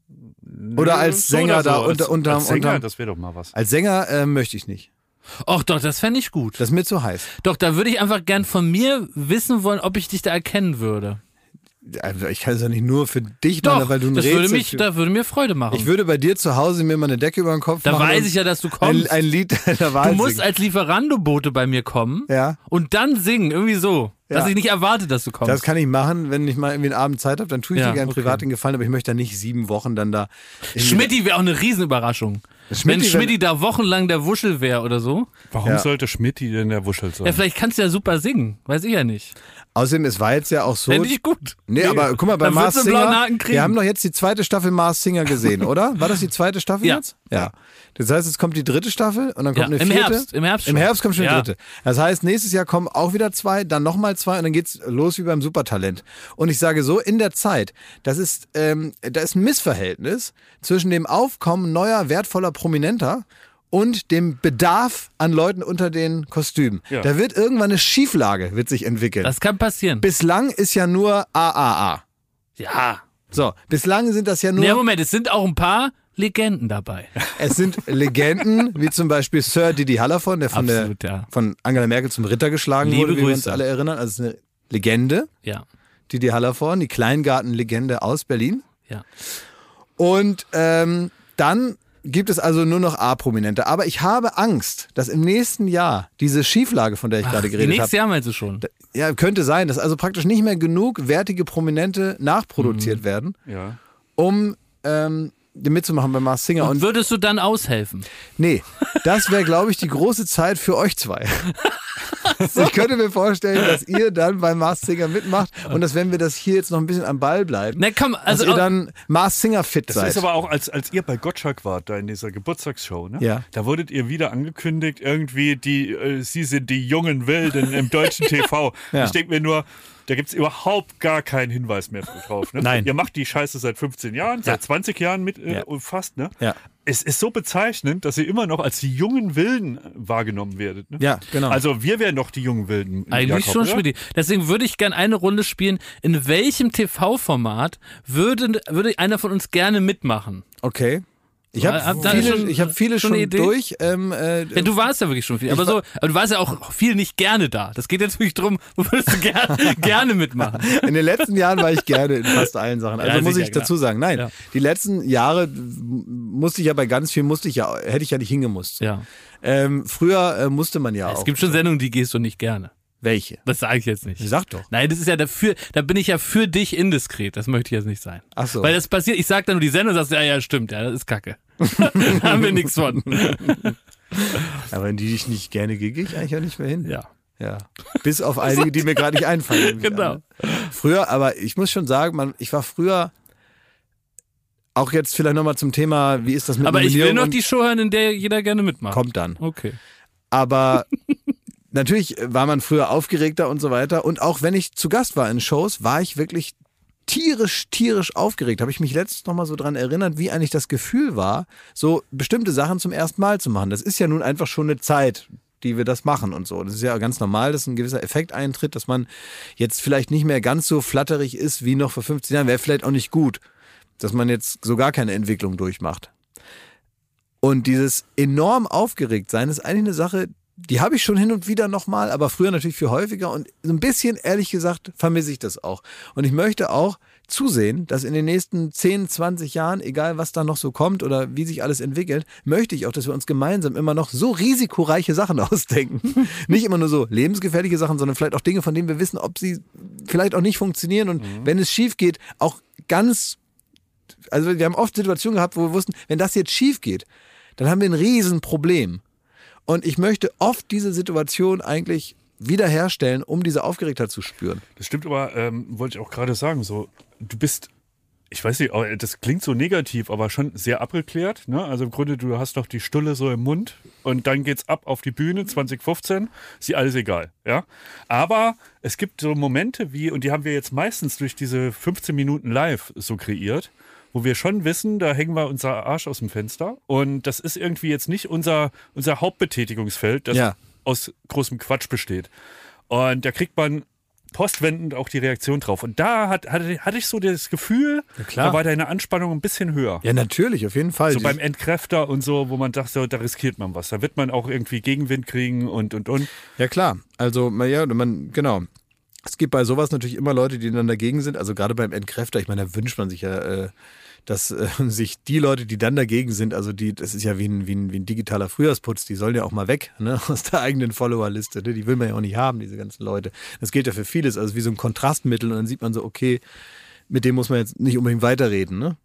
Oder als So Sänger oder so. da als, unter, unter, als Sänger, unter das wäre doch mal was. Als Sänger äh, möchte ich nicht. Och doch, das fände ich gut. Das ist mir zu heiß. Doch, da würde ich einfach gern von mir wissen wollen, ob ich dich da erkennen würde. Also ich kann es ja nicht nur für dich Doch, machen, weil du ein das Rätsel würde mich, für- da würde mir Freude machen. Ich würde bei dir zu Hause mir mal eine Decke über den Kopf da machen. weiß und ich ja, dass du ein, kommst. ein Lied der Du Wahl musst singen. als Lieferando-Bote bei mir kommen Ja. und dann singen, irgendwie so. Dass Ja. ich nicht erwarte, dass du kommst. Das kann ich machen, wenn ich mal irgendwie einen Abend Zeit habe, dann tue ich Ja, dir gerne okay. privat den Gefallen, aber ich möchte da nicht sieben Wochen dann da. irgendwie- Schmidti wäre auch eine Riesenüberraschung. Schmidti, wenn wenn- Schmidti da wochenlang der Wuschel wäre oder so. Warum Ja. sollte Schmidti denn der Wuschel sein? Ja, vielleicht kannst du ja super singen. Weiß ich ja nicht. Außerdem, es war jetzt ja auch so. Fände ich gut. Nee, aber guck mal, bei Dann Mars würdest du einen blauen Singer, Haken kriegen. wir haben doch jetzt die zweite Staffel Mars Singer gesehen, oder? War das die zweite Staffel Ja. jetzt? Ja. Das heißt, jetzt kommt die dritte Staffel und dann kommt Ja, eine im vierte. Herbst, im Herbst Im schon. Herbst kommt schon die Ja. dritte. Das heißt, nächstes Jahr kommen auch wieder zwei, dann nochmal zwei und dann geht's los wie beim Supertalent. Und ich sage so, in der Zeit, das ist, ähm, da ist ein Missverhältnis zwischen dem Aufkommen neuer, wertvoller Prominenter und dem Bedarf an Leuten unter den Kostümen. Ja. Da wird irgendwann eine Schieflage, wird sich entwickeln. Das kann passieren. Bislang ist ja nur A A A. Ja. So, bislang sind das ja nur, Nee, Moment, es sind auch ein paar Legenden dabei. es sind Legenden, wie zum Beispiel Sir Didi Hallervorden, der von, Absolut, der, ja. von Angela Merkel zum Ritter geschlagen Liebe wurde, wie wir uns Grüße. alle erinnern. Also es ist eine Legende, Ja. Didi Hallervorden, die Kleingartenlegende aus Berlin. Ja. Und ähm, dann gibt es also nur noch A-Prominente. Aber ich habe Angst, dass im nächsten Jahr diese Schieflage, von der ich gerade geredet Nächstes habe, Jahr meinst du schon. ja, könnte sein, dass also praktisch nicht mehr genug wertige Prominente nachproduziert Mhm. werden, Ja. um ähm, mitzumachen bei Mars Singer. Und Und würdest du dann aushelfen? nee, das wäre, glaube ich, die große Zeit für euch zwei. Ich könnte mir vorstellen, dass ihr dann bei Mars Singer mitmacht und dass, wenn wir das hier jetzt noch ein bisschen am Ball bleiben, Na komm, dass also ihr auch- dann Mars Singer fit Das seid. ist aber auch, als, als ihr bei Gottschalk wart, da in dieser Geburtstagsshow, ne? Ja. Da wurdet ihr wieder angekündigt, irgendwie, die, äh, sie sind die jungen Wilden im deutschen T V. Ja. Ich denke mir nur, da gibt es überhaupt gar keinen Hinweis mehr drauf. Ne? Nein. Ihr macht die Scheiße seit fünfzehn Jahren, seit zwanzig Jahren mit äh, Ja. fast. Ne? Ja. Es ist so bezeichnend, dass ihr immer noch als die jungen Wilden wahrgenommen werdet. Ne? Ja, genau. Also wir wären doch die jungen Wilden. Eigentlich Jakob, schon, oder? Schmidt. Deswegen würde ich gerne eine Runde spielen. In welchem T V-Format würde, würde einer von uns gerne mitmachen? Okay. Ich habe Habt ihr viele, schon- ich hab viele schon schon, eine Idee? durch. Ähm, äh, Ja, du warst ja wirklich schon viel. Aber, war- so, aber du warst ja auch viel nicht gerne da. Das geht jetzt wirklich drum, wo würdest du ger gerne mitmachen? In den letzten Jahren war ich gerne in fast allen Sachen. Also Ja, muss sicher, ich dazu sagen, nein, Ja. die letzten Jahre musste ich ja bei ganz viel, musste ich ja, hätte ich ja nicht hingemusst. Ja. Ähm, früher äh, musste man ja auch. Es gibt schon Sendungen, die gehst du nicht gerne. welche? Das sage ich jetzt nicht. Sag doch. Nein, das ist ja dafür, da bin ich ja für dich indiskret. Das möchte ich jetzt nicht sein. Ach so. Weil das passiert, ich sag dann nur die Sendung und sagst, ja, ja, stimmt, ja, das ist Kacke. Da haben wir nichts von. Aber in die ich nicht gerne gehe, gehe ich eigentlich auch nicht mehr hin. Ja. Ja. Bis auf einige, die mir gerade nicht einfallen. Genau. Früher, aber ich muss schon sagen, man, ich war früher auch jetzt vielleicht nochmal zum Thema, wie ist das mit Aber ich will Nominierung noch und- die Show hören, in der jeder gerne mitmacht. kommt dann. Okay. Aber natürlich war man früher aufgeregter und so weiter. Und auch wenn ich zu Gast war in Shows, war ich wirklich tierisch, tierisch aufgeregt. Habe ich mich letztens noch mal so dran erinnert, wie eigentlich das Gefühl war, so bestimmte Sachen zum ersten Mal zu machen. Das ist ja nun einfach schon eine Zeit, die wir das machen und so. Das ist ja ganz normal, dass ein gewisser Effekt eintritt, dass man jetzt vielleicht nicht mehr ganz so flatterig ist wie noch vor fünfzehn Jahren. Wäre vielleicht auch nicht gut, dass man jetzt so gar keine Entwicklung durchmacht. Und dieses enorm aufgeregt sein ist eigentlich eine Sache, die habe ich schon hin und wieder nochmal, aber früher natürlich viel häufiger und so ein bisschen, ehrlich gesagt, vermisse ich das auch. Und ich möchte auch zusehen, dass in den nächsten zehn, zwanzig Jahren, egal was da noch so kommt oder wie sich alles entwickelt, möchte ich auch, dass wir uns gemeinsam immer noch so risikoreiche Sachen ausdenken. Nicht immer nur so lebensgefährliche Sachen, sondern vielleicht auch Dinge, von denen wir wissen, ob sie vielleicht auch nicht funktionieren und mhm. wenn es schief geht, auch ganz, also wir haben oft Situationen gehabt, wo wir wussten, wenn das jetzt schief geht, dann haben wir ein Riesenproblem. Und ich möchte oft diese Situation eigentlich wiederherstellen, um diese Aufgeregtheit zu spüren. Das stimmt, aber ähm, wollte ich auch gerade sagen, so, du bist, ich weiß nicht, das klingt so negativ, aber schon sehr abgeklärt. Ne? Also im Grunde, du hast doch die Stulle so im Mund und dann geht's ab auf die Bühne zwanzig fünfzehn, ist dir alles egal. Ja? Aber es gibt so Momente wie, und die haben wir jetzt meistens durch diese fünfzehn Minuten live so kreiert, wo wir schon wissen, da hängen wir unser Arsch aus dem Fenster und das ist irgendwie jetzt nicht unser, unser Hauptbetätigungsfeld, das ja. aus großem Quatsch besteht. Und da kriegt man postwendend auch die Reaktion drauf. Und da hat, hatte, hatte ich so das Gefühl, da war deine Anspannung ein bisschen höher. Ja, natürlich, auf jeden Fall. So beim Entkräfter und so, wo man dachte, da riskiert man was. Da wird man auch irgendwie Gegenwind kriegen und, und, und. Ja, klar. Also, ja, man, genau. Es gibt bei sowas natürlich immer Leute, die dann dagegen sind. Also gerade beim Entkräfter, ich meine, da wünscht man sich ja, äh, dass äh, sich die Leute, die dann dagegen sind, also die, das ist ja wie ein, wie ein, wie ein digitaler Frühjahrsputz, die sollen ja auch mal weg, ne, aus der eigenen Followerliste. Ne? Die will man ja auch nicht haben, diese ganzen Leute. Das gilt ja für vieles, also wie so ein Kontrastmittel und dann sieht man so, okay, mit dem muss man jetzt nicht unbedingt weiterreden, ne?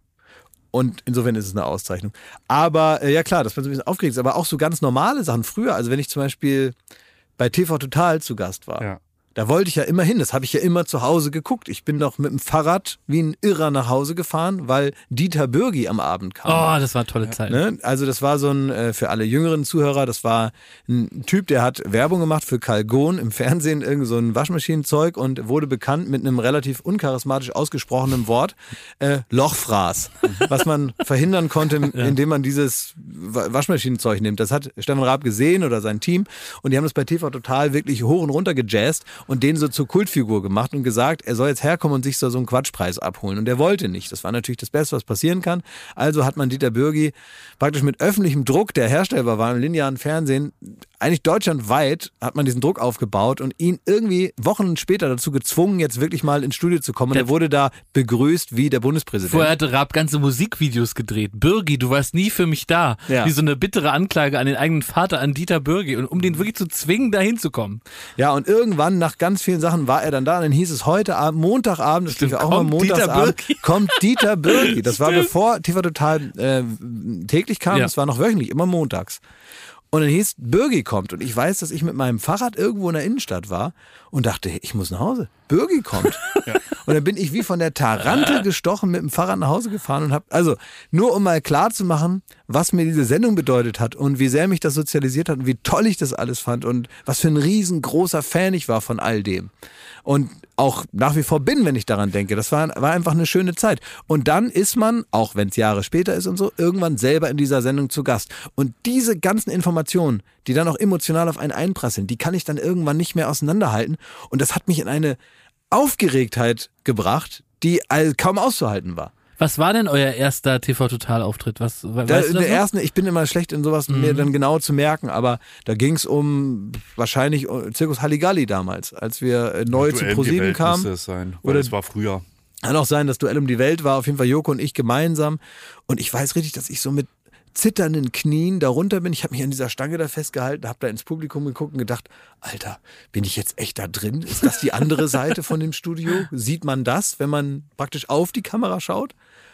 Und insofern ist es eine Auszeichnung. Aber äh, ja klar, dass man so ein bisschen aufgeregt ist, aber auch so ganz normale Sachen früher, also wenn ich zum Beispiel bei T V Total zu Gast war, ja. Da wollte ich ja immer hin, das habe ich ja immer zu Hause geguckt. Ich bin doch mit dem Fahrrad wie ein Irrer nach Hause gefahren, weil Dieter Bürgi am Abend kam. Oh, das war eine tolle Zeit. Ne? Also das war so ein, für alle jüngeren Zuhörer, das war ein Typ, der hat Werbung gemacht für Calgon im Fernsehen, irgend so ein Waschmaschinenzeug und wurde bekannt mit einem relativ uncharismatisch ausgesprochenen Wort, äh, Lochfraß, was man verhindern konnte, ja. indem man dieses Waschmaschinenzeug nimmt. Das hat Stefan Raab gesehen oder sein Team und die haben das bei T V Total wirklich hoch und runter gejazzt und den so zur Kultfigur gemacht und gesagt, er soll jetzt herkommen und sich so einen Quatschpreis abholen. Und er wollte nicht. Das war natürlich das Beste, was passieren kann. Also hat man Dieter Bürgi praktisch mit öffentlichem Druck, der Hersteller war im linearen Fernsehen, eigentlich deutschlandweit hat man diesen Druck aufgebaut und ihn irgendwie Wochen später dazu gezwungen, jetzt wirklich mal ins Studio zu kommen. Und er wurde da begrüßt wie der Bundespräsident. Vorher hatte Raab ganze Musikvideos gedreht. Bürgi, du warst nie für mich da. Ja. Wie so eine bittere Anklage an den eigenen Vater, an Dieter Bürgi. Und um den wirklich zu zwingen, da hinzukommen. Ja, und irgendwann nach ganz vielen Sachen war er dann da. Und dann hieß es heute Abend, Montagabend, das lief ja auch mal Montagsabend, kommt Dieter Bürgi. Das war bevor T V Total äh, täglich kam, ja. Das war noch wöchentlich, immer montags. Und dann hieß, Bürgi kommt. Und ich weiß, dass ich mit meinem Fahrrad irgendwo in der Innenstadt war und dachte, ich muss nach Hause. Bürgi kommt. Ja. Und dann bin ich wie von der Tarantel gestochen mit dem Fahrrad nach Hause gefahren und habe, also nur um mal klar zu machen, was mir diese Sendung bedeutet hat und wie sehr mich das sozialisiert hat und wie toll ich das alles fand und was für ein riesengroßer Fan ich war von all dem. Und auch nach wie vor bin, wenn ich daran denke. Das war, war einfach eine schöne Zeit. Und dann ist man, auch wenn es Jahre später ist und so, irgendwann selber in dieser Sendung zu Gast. Und diese ganzen Informationen, die dann auch emotional auf einen einprasseln, die kann ich dann irgendwann nicht mehr auseinanderhalten. Und das hat mich in eine Aufgeregtheit gebracht, die kaum auszuhalten war. Was war denn euer erster T V-Total-Auftritt? Was, weißt da, du das der noch? erste, ich bin immer schlecht in sowas, mhm. mir dann genau zu merken, aber da ging es um wahrscheinlich Zirkus Halligalli damals, als wir neu zu ProSieben kamen. Das sein, oder das war früher. Kann auch sein, dass Duell um die Welt war, auf jeden Fall Joko und ich gemeinsam. Und ich weiß richtig, dass ich so mit zitternden Knien darunter bin. Ich habe mich an dieser Stange da festgehalten, habe da ins Publikum geguckt und gedacht, Alter, bin ich jetzt echt da drin? Ist das die andere Seite von dem Studio? Sieht man das, wenn man praktisch auf die Kamera schaut?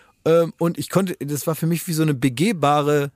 Und ich konnte, das war für mich wie so eine begehbare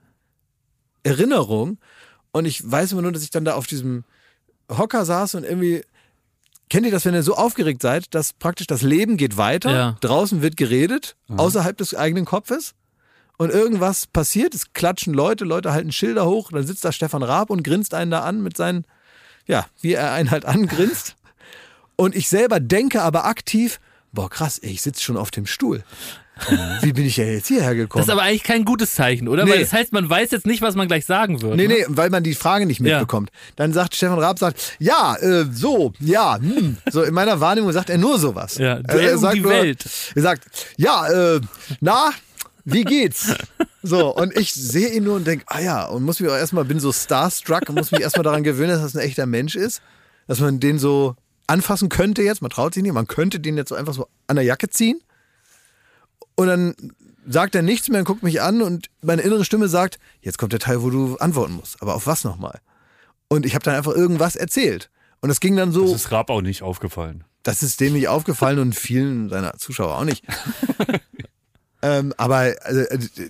Erinnerung. Und ich weiß immer nur, dass ich dann da auf diesem Hocker saß und irgendwie, kennt ihr das, wenn ihr so aufgeregt seid, dass praktisch das Leben geht weiter, ja. Draußen wird geredet, mhm. außerhalb des eigenen Kopfes und irgendwas passiert, es klatschen Leute, Leute halten Schilder hoch, dann sitzt da Stefan Raab und grinst einen da an mit seinen, ja, wie er einen halt angrinst. Und ich selber denke aber aktiv, boah krass, ich sitze schon auf dem Stuhl. Wie bin ich denn jetzt hierher gekommen? Das ist aber eigentlich kein gutes Zeichen, oder? Nee. Weil das heißt, man weiß jetzt nicht, was man gleich sagen wird. Nee, ne? nee, weil man die Frage nicht mitbekommt. Ja. Dann sagt Stefan Raab, sagt, ja, äh, so, ja, hm. So in meiner Wahrnehmung sagt er nur sowas. Ja, also Duell er um sagt die nur, Welt. Er sagt, ja, äh, na, wie geht's? So, und ich sehe ihn nur und denke, ah ja, und muss mich auch erstmal, bin so starstruck und muss mich erstmal daran gewöhnen, dass das ein echter Mensch ist. Dass man den so anfassen könnte jetzt, man traut sich nicht, man könnte den jetzt so einfach so an der Jacke ziehen. Und dann sagt er nichts mehr und guckt mich an und meine innere Stimme sagt, jetzt kommt der Teil, wo du antworten musst. Aber auf was nochmal? Und ich habe dann einfach irgendwas erzählt. Und das ging dann so... Das ist Raab auch nicht aufgefallen. Das ist dem nicht aufgefallen und vielen seiner Zuschauer auch nicht. ähm, aber also,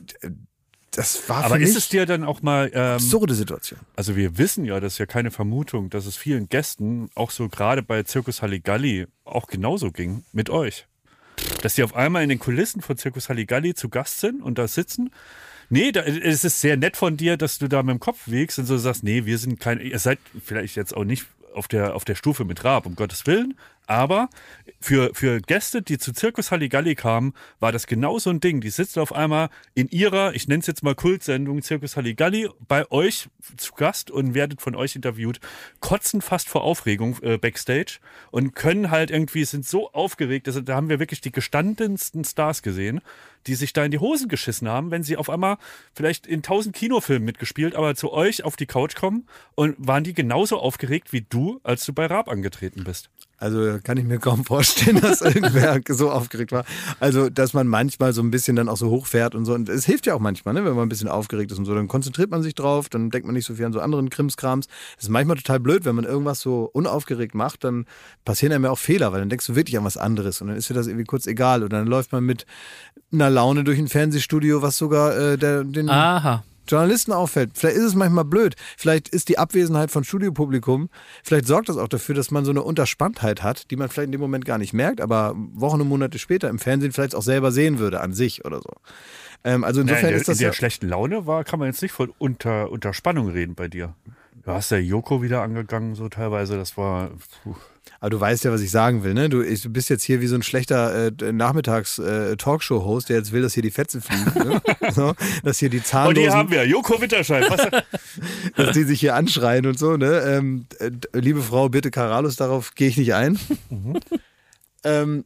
das war Aber für ist mich es dir dann auch mal... Ähm, absurde Situation. also wir wissen ja, das ist ja keine Vermutung, dass es vielen Gästen, auch so gerade bei Circus Halligalli, auch genauso ging mit euch. Dass die auf einmal in den Kulissen von Circus Halligalli zu Gast sind und da sitzen. Nee, da, es ist sehr nett von dir, dass du da mit dem Kopf wiegst und so sagst, nee, wir sind kein, ihr seid vielleicht jetzt auch nicht auf der, auf der Stufe mit Raab, um Gottes Willen, aber für, für Gäste, die zu Circus Halligalli kamen, war das genau so ein Ding. Die sitzen auf einmal in ihrer, ich nenne es jetzt mal Kultsendung, Circus Halligalli, bei euch zu Gast und werdet von euch interviewt, kotzen fast vor Aufregung äh, Backstage und können halt irgendwie, sind so aufgeregt, also da haben wir wirklich die gestandensten Stars gesehen, die sich da in die Hosen geschissen haben, wenn sie auf einmal vielleicht in tausend Kinofilmen mitgespielt, aber zu euch auf die Couch kommen und waren die genauso aufgeregt wie du, als du bei Raab angetreten bist. Also kann ich mir kaum vorstellen, dass irgendwer so aufgeregt war. Also, dass man manchmal so ein bisschen dann auch so hochfährt und so. Und es hilft ja auch manchmal, ne, wenn man ein bisschen aufgeregt ist und so. Dann konzentriert man sich drauf, dann denkt man nicht so viel an so anderen Krimskrams. Das ist manchmal total blöd, wenn man irgendwas so unaufgeregt macht, dann passieren einem ja auch Fehler, weil dann denkst du wirklich an was anderes und dann ist dir das irgendwie kurz egal. Oder dann läuft man mit einer Laune durch ein Fernsehstudio, was sogar äh, der, den... Aha. Journalisten auffällt. Vielleicht ist es manchmal blöd. Vielleicht ist die Abwesenheit von Studiopublikum, vielleicht sorgt das auch dafür, dass man so eine Unterspanntheit hat, die man vielleicht in dem Moment gar nicht merkt, aber Wochen und Monate später im Fernsehen vielleicht auch selber sehen würde an sich oder so. Ähm, also insofern ja, in der, ist das in der ja schlechten Laune war, kann man jetzt nicht von unter, unter Spannung reden bei dir. Du hast ja Joko wieder angegangen, so teilweise, das war... Puh. Aber du weißt ja, was ich sagen will, ne? Du, ich, du bist jetzt hier wie so ein schlechter äh, Nachmittags-Talkshow-Host, der jetzt will, dass hier die Fetzen fliegen. Ne? So, dass hier die Zahnlosen... Und die haben wir, Joko Winterscheid. Was? Dass die sich hier anschreien und so, ne? Ähm, äh, liebe Frau, bitte Karalus, darauf gehe ich nicht ein. Mhm. ähm,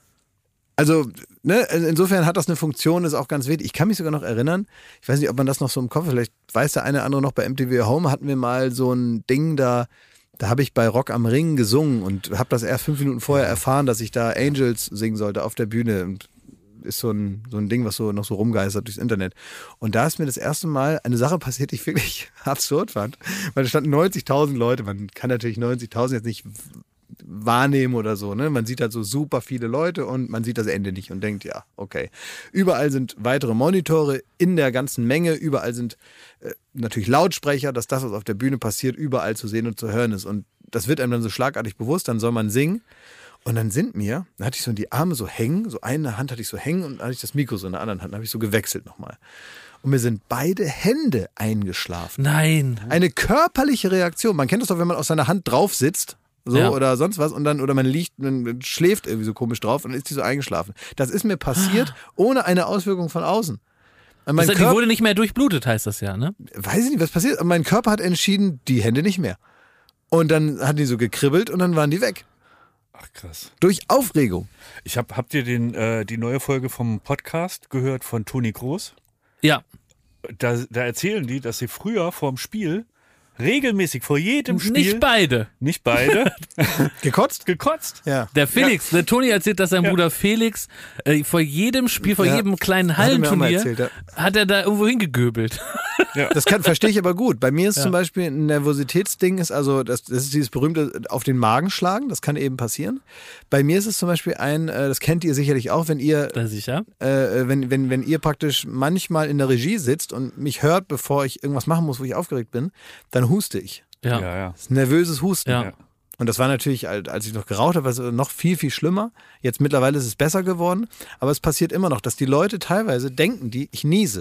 also, ne, insofern hat das eine Funktion, ist auch ganz wichtig. Ich kann mich sogar noch erinnern, ich weiß nicht, ob man das noch so im Kopf, vielleicht weiß der eine oder andere noch, bei M T V Home hatten wir mal so ein Ding da, da habe ich bei Rock am Ring gesungen und habe das erst fünf Minuten vorher erfahren, dass ich da Angels singen sollte auf der Bühne. Und ist so ein, so ein Ding, was so noch so rumgeistert durchs Internet. Und da ist mir das erste Mal eine Sache passiert, die ich wirklich absurd fand. Weil da standen neunzigtausend Leute. Man kann natürlich neunzigtausend jetzt nicht wahrnehmen oder so, ne? Man sieht halt so super viele Leute und man sieht das Ende nicht und denkt, ja, okay. Überall sind weitere Monitore in der ganzen Menge, überall sind äh, natürlich Lautsprecher, dass das, was auf der Bühne passiert, überall zu sehen und zu hören ist. Und das wird einem dann so schlagartig bewusst, dann soll man singen. Und dann sind mir, da hatte ich so die Arme so hängen, so eine Hand hatte ich so hängen und dann hatte ich das Mikro so in der anderen Hand, dann habe ich so gewechselt nochmal. Und mir sind beide Hände eingeschlafen. Nein. Eine körperliche Reaktion. Man kennt das doch, wenn man auf seiner Hand drauf sitzt. So, ja. Oder sonst was und dann, oder man liegt, man schläft irgendwie so komisch drauf und dann ist die so eingeschlafen. Das ist mir passiert, ohne eine Auswirkung von außen. Mein das heißt, Körper, die wurde nicht mehr durchblutet, heißt das ja, ne? Weiß ich nicht, was passiert. Und mein Körper hat entschieden, die Hände nicht mehr. Und dann hat die so gekribbelt und dann waren die weg. Ach krass. Durch Aufregung. Ich hab, habt ihr den, äh, die neue Folge vom Podcast gehört von Toni Kroos? Ja. Da, da erzählen die, dass sie früher vorm Spiel regelmäßig vor jedem Spiel... Nicht beide. Nicht beide. Gekotzt? Gekotzt. Ja. Der Felix, ja. der Toni erzählt, dass sein ja. Bruder Felix äh, vor jedem Spiel, vor ja. jedem kleinen Hallenturnier, hat, ja. hat er da irgendwo hingegöbelt. Ja. Das kann, verstehe ich aber gut. Bei mir ist ja. zum Beispiel ein Nervositätsding, ist also, das, das ist dieses berühmte auf den Magen schlagen, das kann eben passieren. Bei mir ist es zum Beispiel ein, das kennt ihr sicherlich auch, wenn ihr, da sicher. Äh, wenn, wenn, wenn ihr praktisch manchmal in der Regie sitzt und mich hört, bevor ich irgendwas machen muss, wo ich aufgeregt bin, dann huste ich. Ja. ja, ja. Das ist ein nervöses Husten. Ja. Und das war natürlich, als ich noch geraucht habe, war es noch viel, viel schlimmer. Jetzt mittlerweile ist es besser geworden. Aber es passiert immer noch, dass die Leute teilweise denken, die ich niese.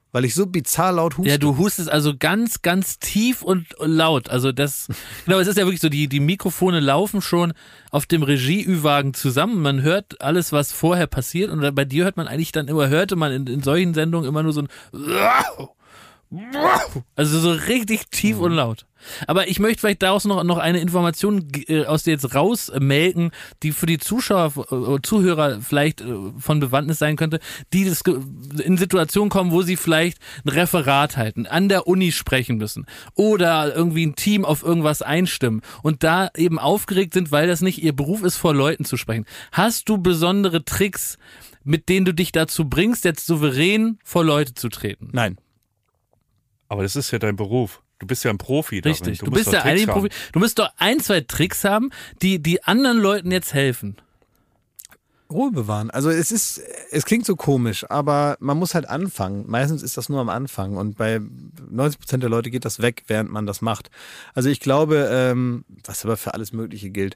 weil ich so bizarr laut huste. Ja, du hustest also ganz, ganz tief und laut. Also das, genau, es ist ja wirklich so, die, die Mikrofone laufen schon auf dem Regie-Ü-Wagen zusammen. Man hört alles, was vorher passiert und bei dir hört man eigentlich dann immer, hörte man in, in solchen Sendungen immer nur so ein also so richtig tief mhm. und laut. Aber ich möchte vielleicht daraus noch, noch eine Information äh, aus dir jetzt rausmelken, die für die Zuschauer, äh, Zuhörer vielleicht äh, von Bewandtnis sein könnte, die das ge- in Situationen kommen, wo sie vielleicht ein Referat halten, an der Uni sprechen müssen oder irgendwie ein Team auf irgendwas einstimmen und da eben aufgeregt sind, weil das nicht ihr Beruf ist, vor Leuten zu sprechen. Hast du besondere Tricks, mit denen du dich dazu bringst, jetzt souverän vor Leute zu treten? Nein. Aber das ist ja dein Beruf. Du bist ja ein Profi darin. Richtig, du, du musst bist ja eigentlich ein Profi. Du musst doch ein, zwei Tricks haben, die, die anderen Leuten jetzt helfen. Ruhe bewahren. Also es ist, es klingt so komisch, aber man muss halt anfangen. Meistens ist das nur am Anfang und bei neunzig Prozent der Leute geht das weg, während man das macht. Also ich glaube, ähm, was aber für alles Mögliche gilt,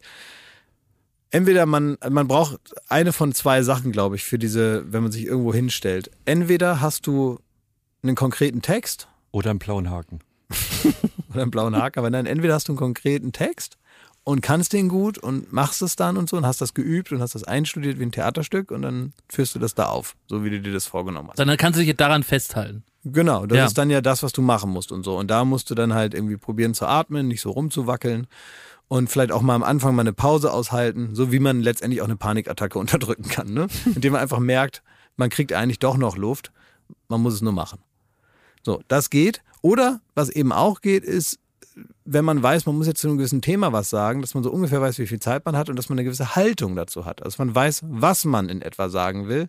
entweder man, man braucht eine von zwei Sachen, glaube ich, für diese, wenn man sich irgendwo hinstellt. Entweder hast du einen konkreten Text, oder einen blauen Haken. Oder einen blauen Haken. Aber nein, entweder hast du einen konkreten Text und kannst den gut und machst es dann und so und hast das geübt und hast das einstudiert wie ein Theaterstück und dann führst du das da auf, so wie du dir das vorgenommen hast. Dann kannst du dich daran festhalten. Genau, das ja. ist dann ja das, was du machen musst und so. Und da musst du dann halt irgendwie probieren zu atmen, nicht so rumzuwackeln und vielleicht auch mal am Anfang mal eine Pause aushalten, so wie man letztendlich auch eine Panikattacke unterdrücken kann, ne? Indem man einfach merkt, man kriegt eigentlich doch noch Luft, man muss es nur machen. So, das geht. Oder, was eben auch geht, ist, wenn man weiß, man muss jetzt zu einem gewissen Thema was sagen, dass man so ungefähr weiß, wie viel Zeit man hat und dass man eine gewisse Haltung dazu hat. Also man weiß, was man in etwa sagen will.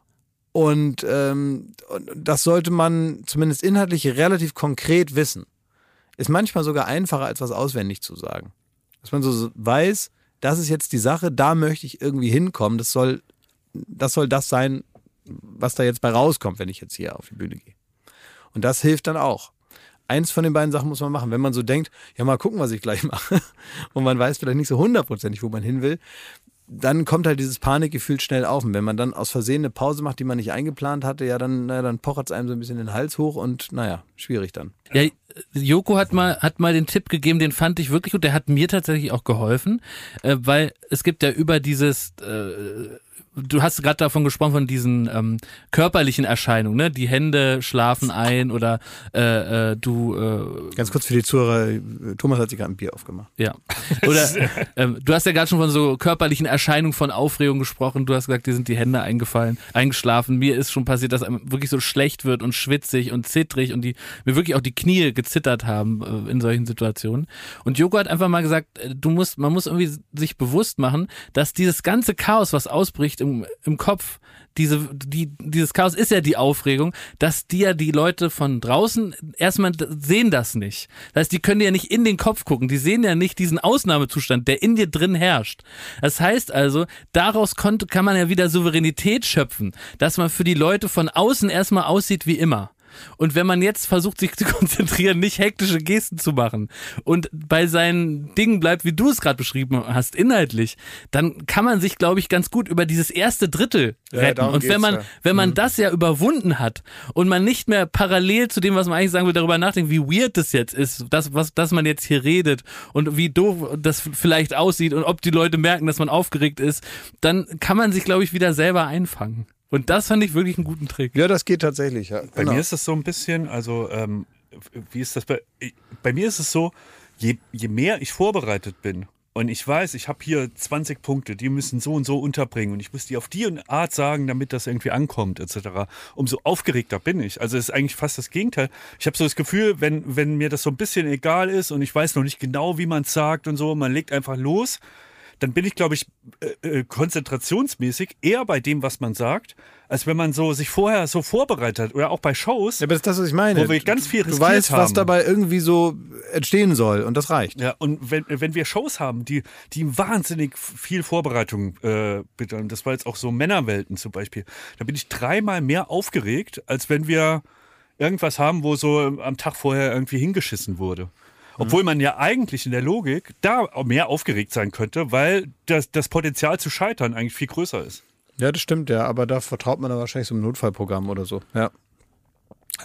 Und, ähm, und das sollte man zumindest inhaltlich relativ konkret wissen. Ist manchmal sogar einfacher, als was auswendig zu sagen. Dass man so weiß, das ist jetzt die Sache, da möchte ich irgendwie hinkommen. Das soll, das soll das sein, was da jetzt bei rauskommt, wenn ich jetzt hier auf die Bühne gehe. Und das hilft dann auch. Eins von den beiden Sachen muss man machen. Wenn man so denkt, ja mal gucken, was ich gleich mache und man weiß vielleicht nicht so hundertprozentig, wo man hin will, dann kommt halt dieses Panikgefühl schnell auf. Und wenn man dann aus Versehen eine Pause macht, die man nicht eingeplant hatte, ja dann, naja, dann pochert es einem so ein bisschen den Hals hoch und naja, schwierig dann. Ja, Joko hat mal, hat mal den Tipp gegeben, den fand ich wirklich gut, der hat mir tatsächlich auch geholfen, äh, weil es gibt ja über dieses... Äh, Du hast gerade davon gesprochen, von diesen ähm, körperlichen Erscheinungen, ne? Die Hände schlafen ein oder äh, äh, du... Äh, Ganz kurz für die Zuhörer, Thomas hat sich gerade ein Bier aufgemacht. Ja. Oder ähm, du hast ja gerade schon von so körperlichen Erscheinungen von Aufregung gesprochen. Du hast gesagt, dir sind die Hände eingefallen, eingeschlafen. Mir ist schon passiert, dass einem wirklich so schlecht wird und schwitzig und zittrig und die mir wirklich auch die Knie gezittert haben äh, in solchen Situationen. Und Joko hat einfach mal gesagt, du musst, man muss irgendwie sich bewusst machen, dass dieses ganze Chaos, was ausbricht im, im Kopf, diese, die, dieses Chaos ist ja die Aufregung, dass die ja die Leute von draußen erstmal sehen das nicht. Das heißt, die können ja nicht in den Kopf gucken, die sehen ja nicht diesen Ausnahmezustand, der in dir drin herrscht. Das heißt also, daraus konnte, kann man ja wieder Souveränität schöpfen, dass man für die Leute von außen erstmal aussieht wie immer. Und wenn man jetzt versucht, sich zu konzentrieren, nicht hektische Gesten zu machen und bei seinen Dingen bleibt, wie du es gerade beschrieben hast, inhaltlich, dann kann man sich, glaube ich, ganz gut über dieses erste Drittel retten. Ja, und wenn man, ja. wenn man mhm. das ja überwunden hat und man nicht mehr parallel zu dem, was man eigentlich sagen will, darüber nachdenkt, wie weird das jetzt ist, das, was, dass man jetzt hier redet und wie doof das vielleicht aussieht und ob die Leute merken, dass man aufgeregt ist, dann kann man sich, glaube ich, wieder selber einfangen. Und das fand ich wirklich einen guten Trick. Ja, das geht tatsächlich. Ja. Bei genau. mir ist es so ein bisschen, also ähm, wie ist das bei, bei mir ist es so, je, je mehr ich vorbereitet bin und ich weiß, ich habe hier zwanzig Punkte, die müssen so und so unterbringen und ich muss die auf die Art sagen, damit das irgendwie ankommt et cetera, umso aufgeregter bin ich. Also es ist eigentlich fast das Gegenteil. Ich habe so das Gefühl, wenn, wenn mir das so ein bisschen egal ist und ich weiß noch nicht genau, wie man es sagt und so, man legt einfach los, dann bin ich, glaube ich, äh, äh, konzentrationsmäßig eher bei dem, was man sagt, als wenn man so sich vorher so vorbereitet hat. Oder auch bei Shows, ja, aber das ist das, was ich meine. Wo wir ganz viel riskiert haben. Du weißt, haben. was dabei irgendwie so entstehen soll und das reicht. Ja, und wenn, wenn wir Shows haben, die, die wahnsinnig viel Vorbereitung äh, bedeuten, das war jetzt auch so Männerwelten zum Beispiel, da bin ich dreimal mehr aufgeregt, als wenn wir irgendwas haben, wo so am Tag vorher irgendwie hingeschissen wurde. Obwohl man ja eigentlich in der Logik da mehr aufgeregt sein könnte, weil das, das Potenzial zu scheitern eigentlich viel größer ist. Ja, das stimmt, ja. Aber da vertraut man dann wahrscheinlich so einem Notfallprogramm oder so. Ja.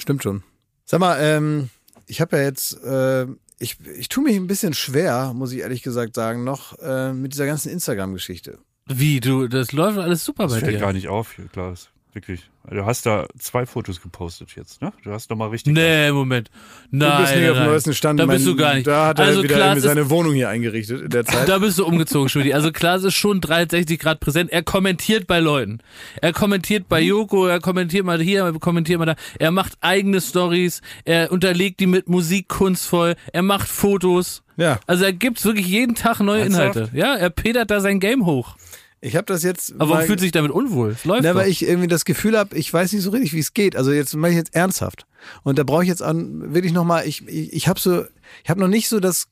stimmt schon. Sag mal, ähm, ich habe ja jetzt, äh, ich, ich tue mich ein bisschen schwer, muss ich ehrlich gesagt sagen, noch äh, mit dieser ganzen Instagram-Geschichte. Wie, du, das läuft alles super Das bei fällt dir. gar nicht auf hier, Klaas. Wirklich. Du hast da zwei Fotos gepostet jetzt, ne? Du hast doch mal richtig... Nee, Moment. Nein, du bist nicht nein, auf dem nein. neuesten Stand. Da bist Mein- du gar nicht. Da hat er Also wieder Klaas irgendwie ist- seine Wohnung hier eingerichtet in der Zeit. Da bist du umgezogen, Schmidi. Also Klaas ist schon dreihundertsechzig Grad präsent. Er kommentiert bei Leuten. Er kommentiert bei Joko, er kommentiert mal hier, er kommentiert mal da. Er macht eigene Stories, er unterlegt die mit Musik kunstvoll, er macht Fotos. Ja. Also er gibt's wirklich jeden Tag neue Ernsthaft? Inhalte. Ja, er pedert da sein Game hoch. Ich habe das jetzt. Aber warum mal- fühlt sich damit unwohl? Es läuft Na, doch. weil ich irgendwie das Gefühl habe, ich weiß nicht so richtig, wie es geht. Also jetzt mache ich jetzt ernsthaft. Und da brauche ich jetzt an, wirklich nochmal, ich, ich, ich habe so, ich habe noch nicht so das,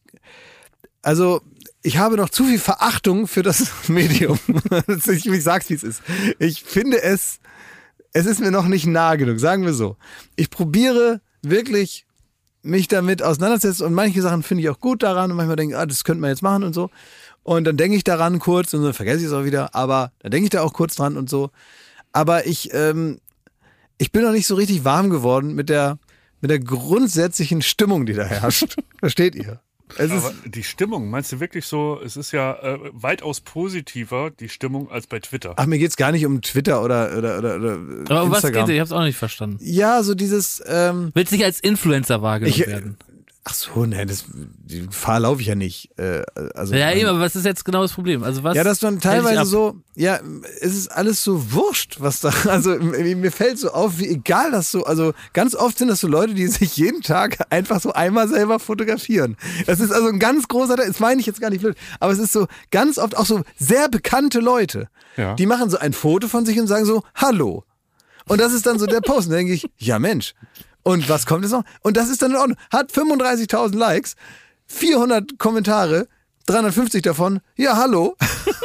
also ich habe noch zu viel Verachtung für das Medium. ich, ich sag's, wie es ist. Ich finde es, es ist mir noch nicht nah genug, sagen wir so. Ich probiere wirklich mich damit auseinanderzusetzen und manche Sachen finde ich auch gut daran und manchmal denke ich, ah, das könnte man jetzt machen und so. Und dann denke ich daran kurz und dann vergesse ich es auch wieder, aber dann denke ich da auch kurz dran und so. Aber ich, ähm, ich bin noch nicht so richtig warm geworden mit der, mit der grundsätzlichen Stimmung, die da herrscht. Versteht ihr? Es ist, Aber die Stimmung, meinst du wirklich so, es ist ja äh, weitaus positiver, die Stimmung, als bei Twitter. ach, mir geht's gar nicht um Twitter oder, oder, oder, oder Aber um was geht Instagram. dir? Ich hab's auch nicht verstanden. Ja, so dieses, ähm, Willst nicht als Influencer wahrgenommen Ich- werden? ach so, ne, das, die Gefahr laufe ich ja nicht. Äh, also, Ja, man- eben, aber was ist jetzt genau das Problem? Also was Ja, dass man hält dich teilweise ab? so, ja, es ist alles so wurscht, was da, also mir fällt so auf, wie egal das so, also ganz oft sind das so Leute, die sich jeden Tag einfach so einmal selber fotografieren. Das ist also ein ganz großer, das meine ich jetzt gar nicht blöd, aber es ist so ganz oft auch so sehr bekannte Leute, Ja. die machen so ein Foto von sich und sagen so, hallo. Und das ist dann so der Post. Und dann denke ich, ja Mensch. Und was kommt jetzt noch? Und das ist dann in Ordnung. Hat fünfunddreißigtausend Likes, vierhundert Kommentare, dreihundertfünfzig davon, ja, hallo.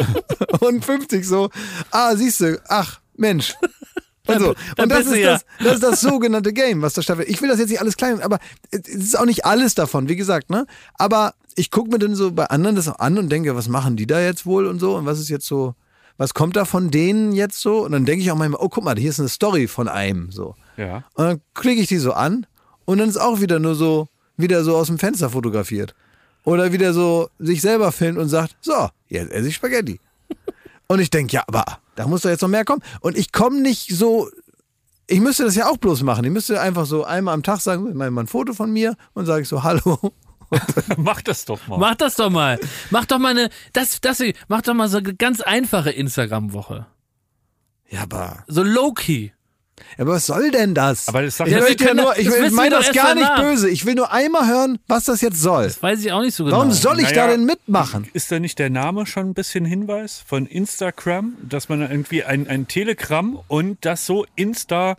Und fünfzig so, ah, siehst du, ach, Mensch. Und, so. dann Und das bist du ist ja. das, das ist das sogenannte Game, was da stattfindet. Ich will das jetzt nicht alles klein, aber es ist auch nicht alles davon, wie gesagt, ne? Aber ich gucke mir dann so bei anderen das auch an und denke, was machen die da jetzt wohl und so? Und was ist jetzt so, was kommt da von denen jetzt so? Und dann denke ich auch manchmal, oh, guck mal, hier ist eine Story von einem, so. Ja. Und dann klicke ich die so an und dann ist auch wieder nur so, wieder so aus dem Fenster fotografiert. Oder wieder so sich selber filmt und sagt, so, jetzt esse ich Spaghetti. Und ich denke, ja, aber da muss doch jetzt noch mehr kommen. Und ich komme nicht so, ich müsste das ja auch bloß machen. Ich müsste einfach so einmal am Tag sagen, mach mal ein Foto von mir und sage ich so, hallo. Mach das doch mal. Mach das doch mal. Mach doch mal eine, das, das, mach doch mal so eine ganz einfache Instagram-Woche. Ja, aber, So low-key. ja, aber was soll denn das? Aber das sagt ich Ja, möchte wir ja können nur, doch- ich, das ich wissen meine wir das doch gar erst nicht danach. böse. Ich will nur einmal hören, was das jetzt soll. Das weiß ich auch nicht so genau. Warum soll ich Naja, da denn mitmachen? Ist da nicht der Name schon ein bisschen Hinweis von Instagram, dass man irgendwie ein, ein Telegramm und das so Insta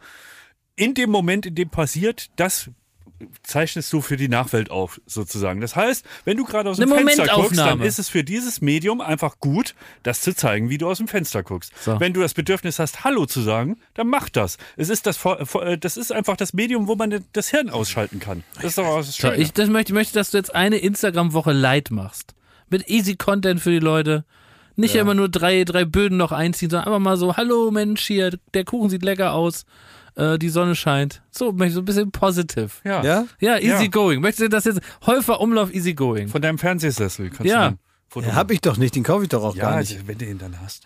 in dem Moment, in dem passiert, das zeichnest du für die Nachwelt auf, sozusagen. Das heißt, wenn du gerade aus dem Eine Fenster guckst, dann Momentaufnahme. ist es für dieses Medium einfach gut, das zu zeigen, wie du aus dem Fenster guckst. So. Wenn du das Bedürfnis hast, Hallo zu sagen, dann mach das. Es ist das, Vor- Vor- das ist einfach das Medium, wo man das Hirn ausschalten kann. Das ist doch auch das So, Schöne. ich das möchte, möchte, dass du jetzt eine Instagram-Woche light machst. Mit easy Content für die Leute. Nicht immer nur drei, drei Böden noch einziehen, sondern einfach mal so, hallo Mensch, hier, der Kuchen sieht lecker aus, äh, die Sonne scheint. So, möchte ich so ein bisschen positive. ja. Ja? Ja, easy Ja. going. Möchtest du das jetzt, Häufer Umlauf easy going? Von deinem Fernsehsessel kannst Ja. du ein Foto Ja, hab ich doch nicht, den kaufe ich doch auch Ja, gar nicht. also, wenn du ihn dann hast.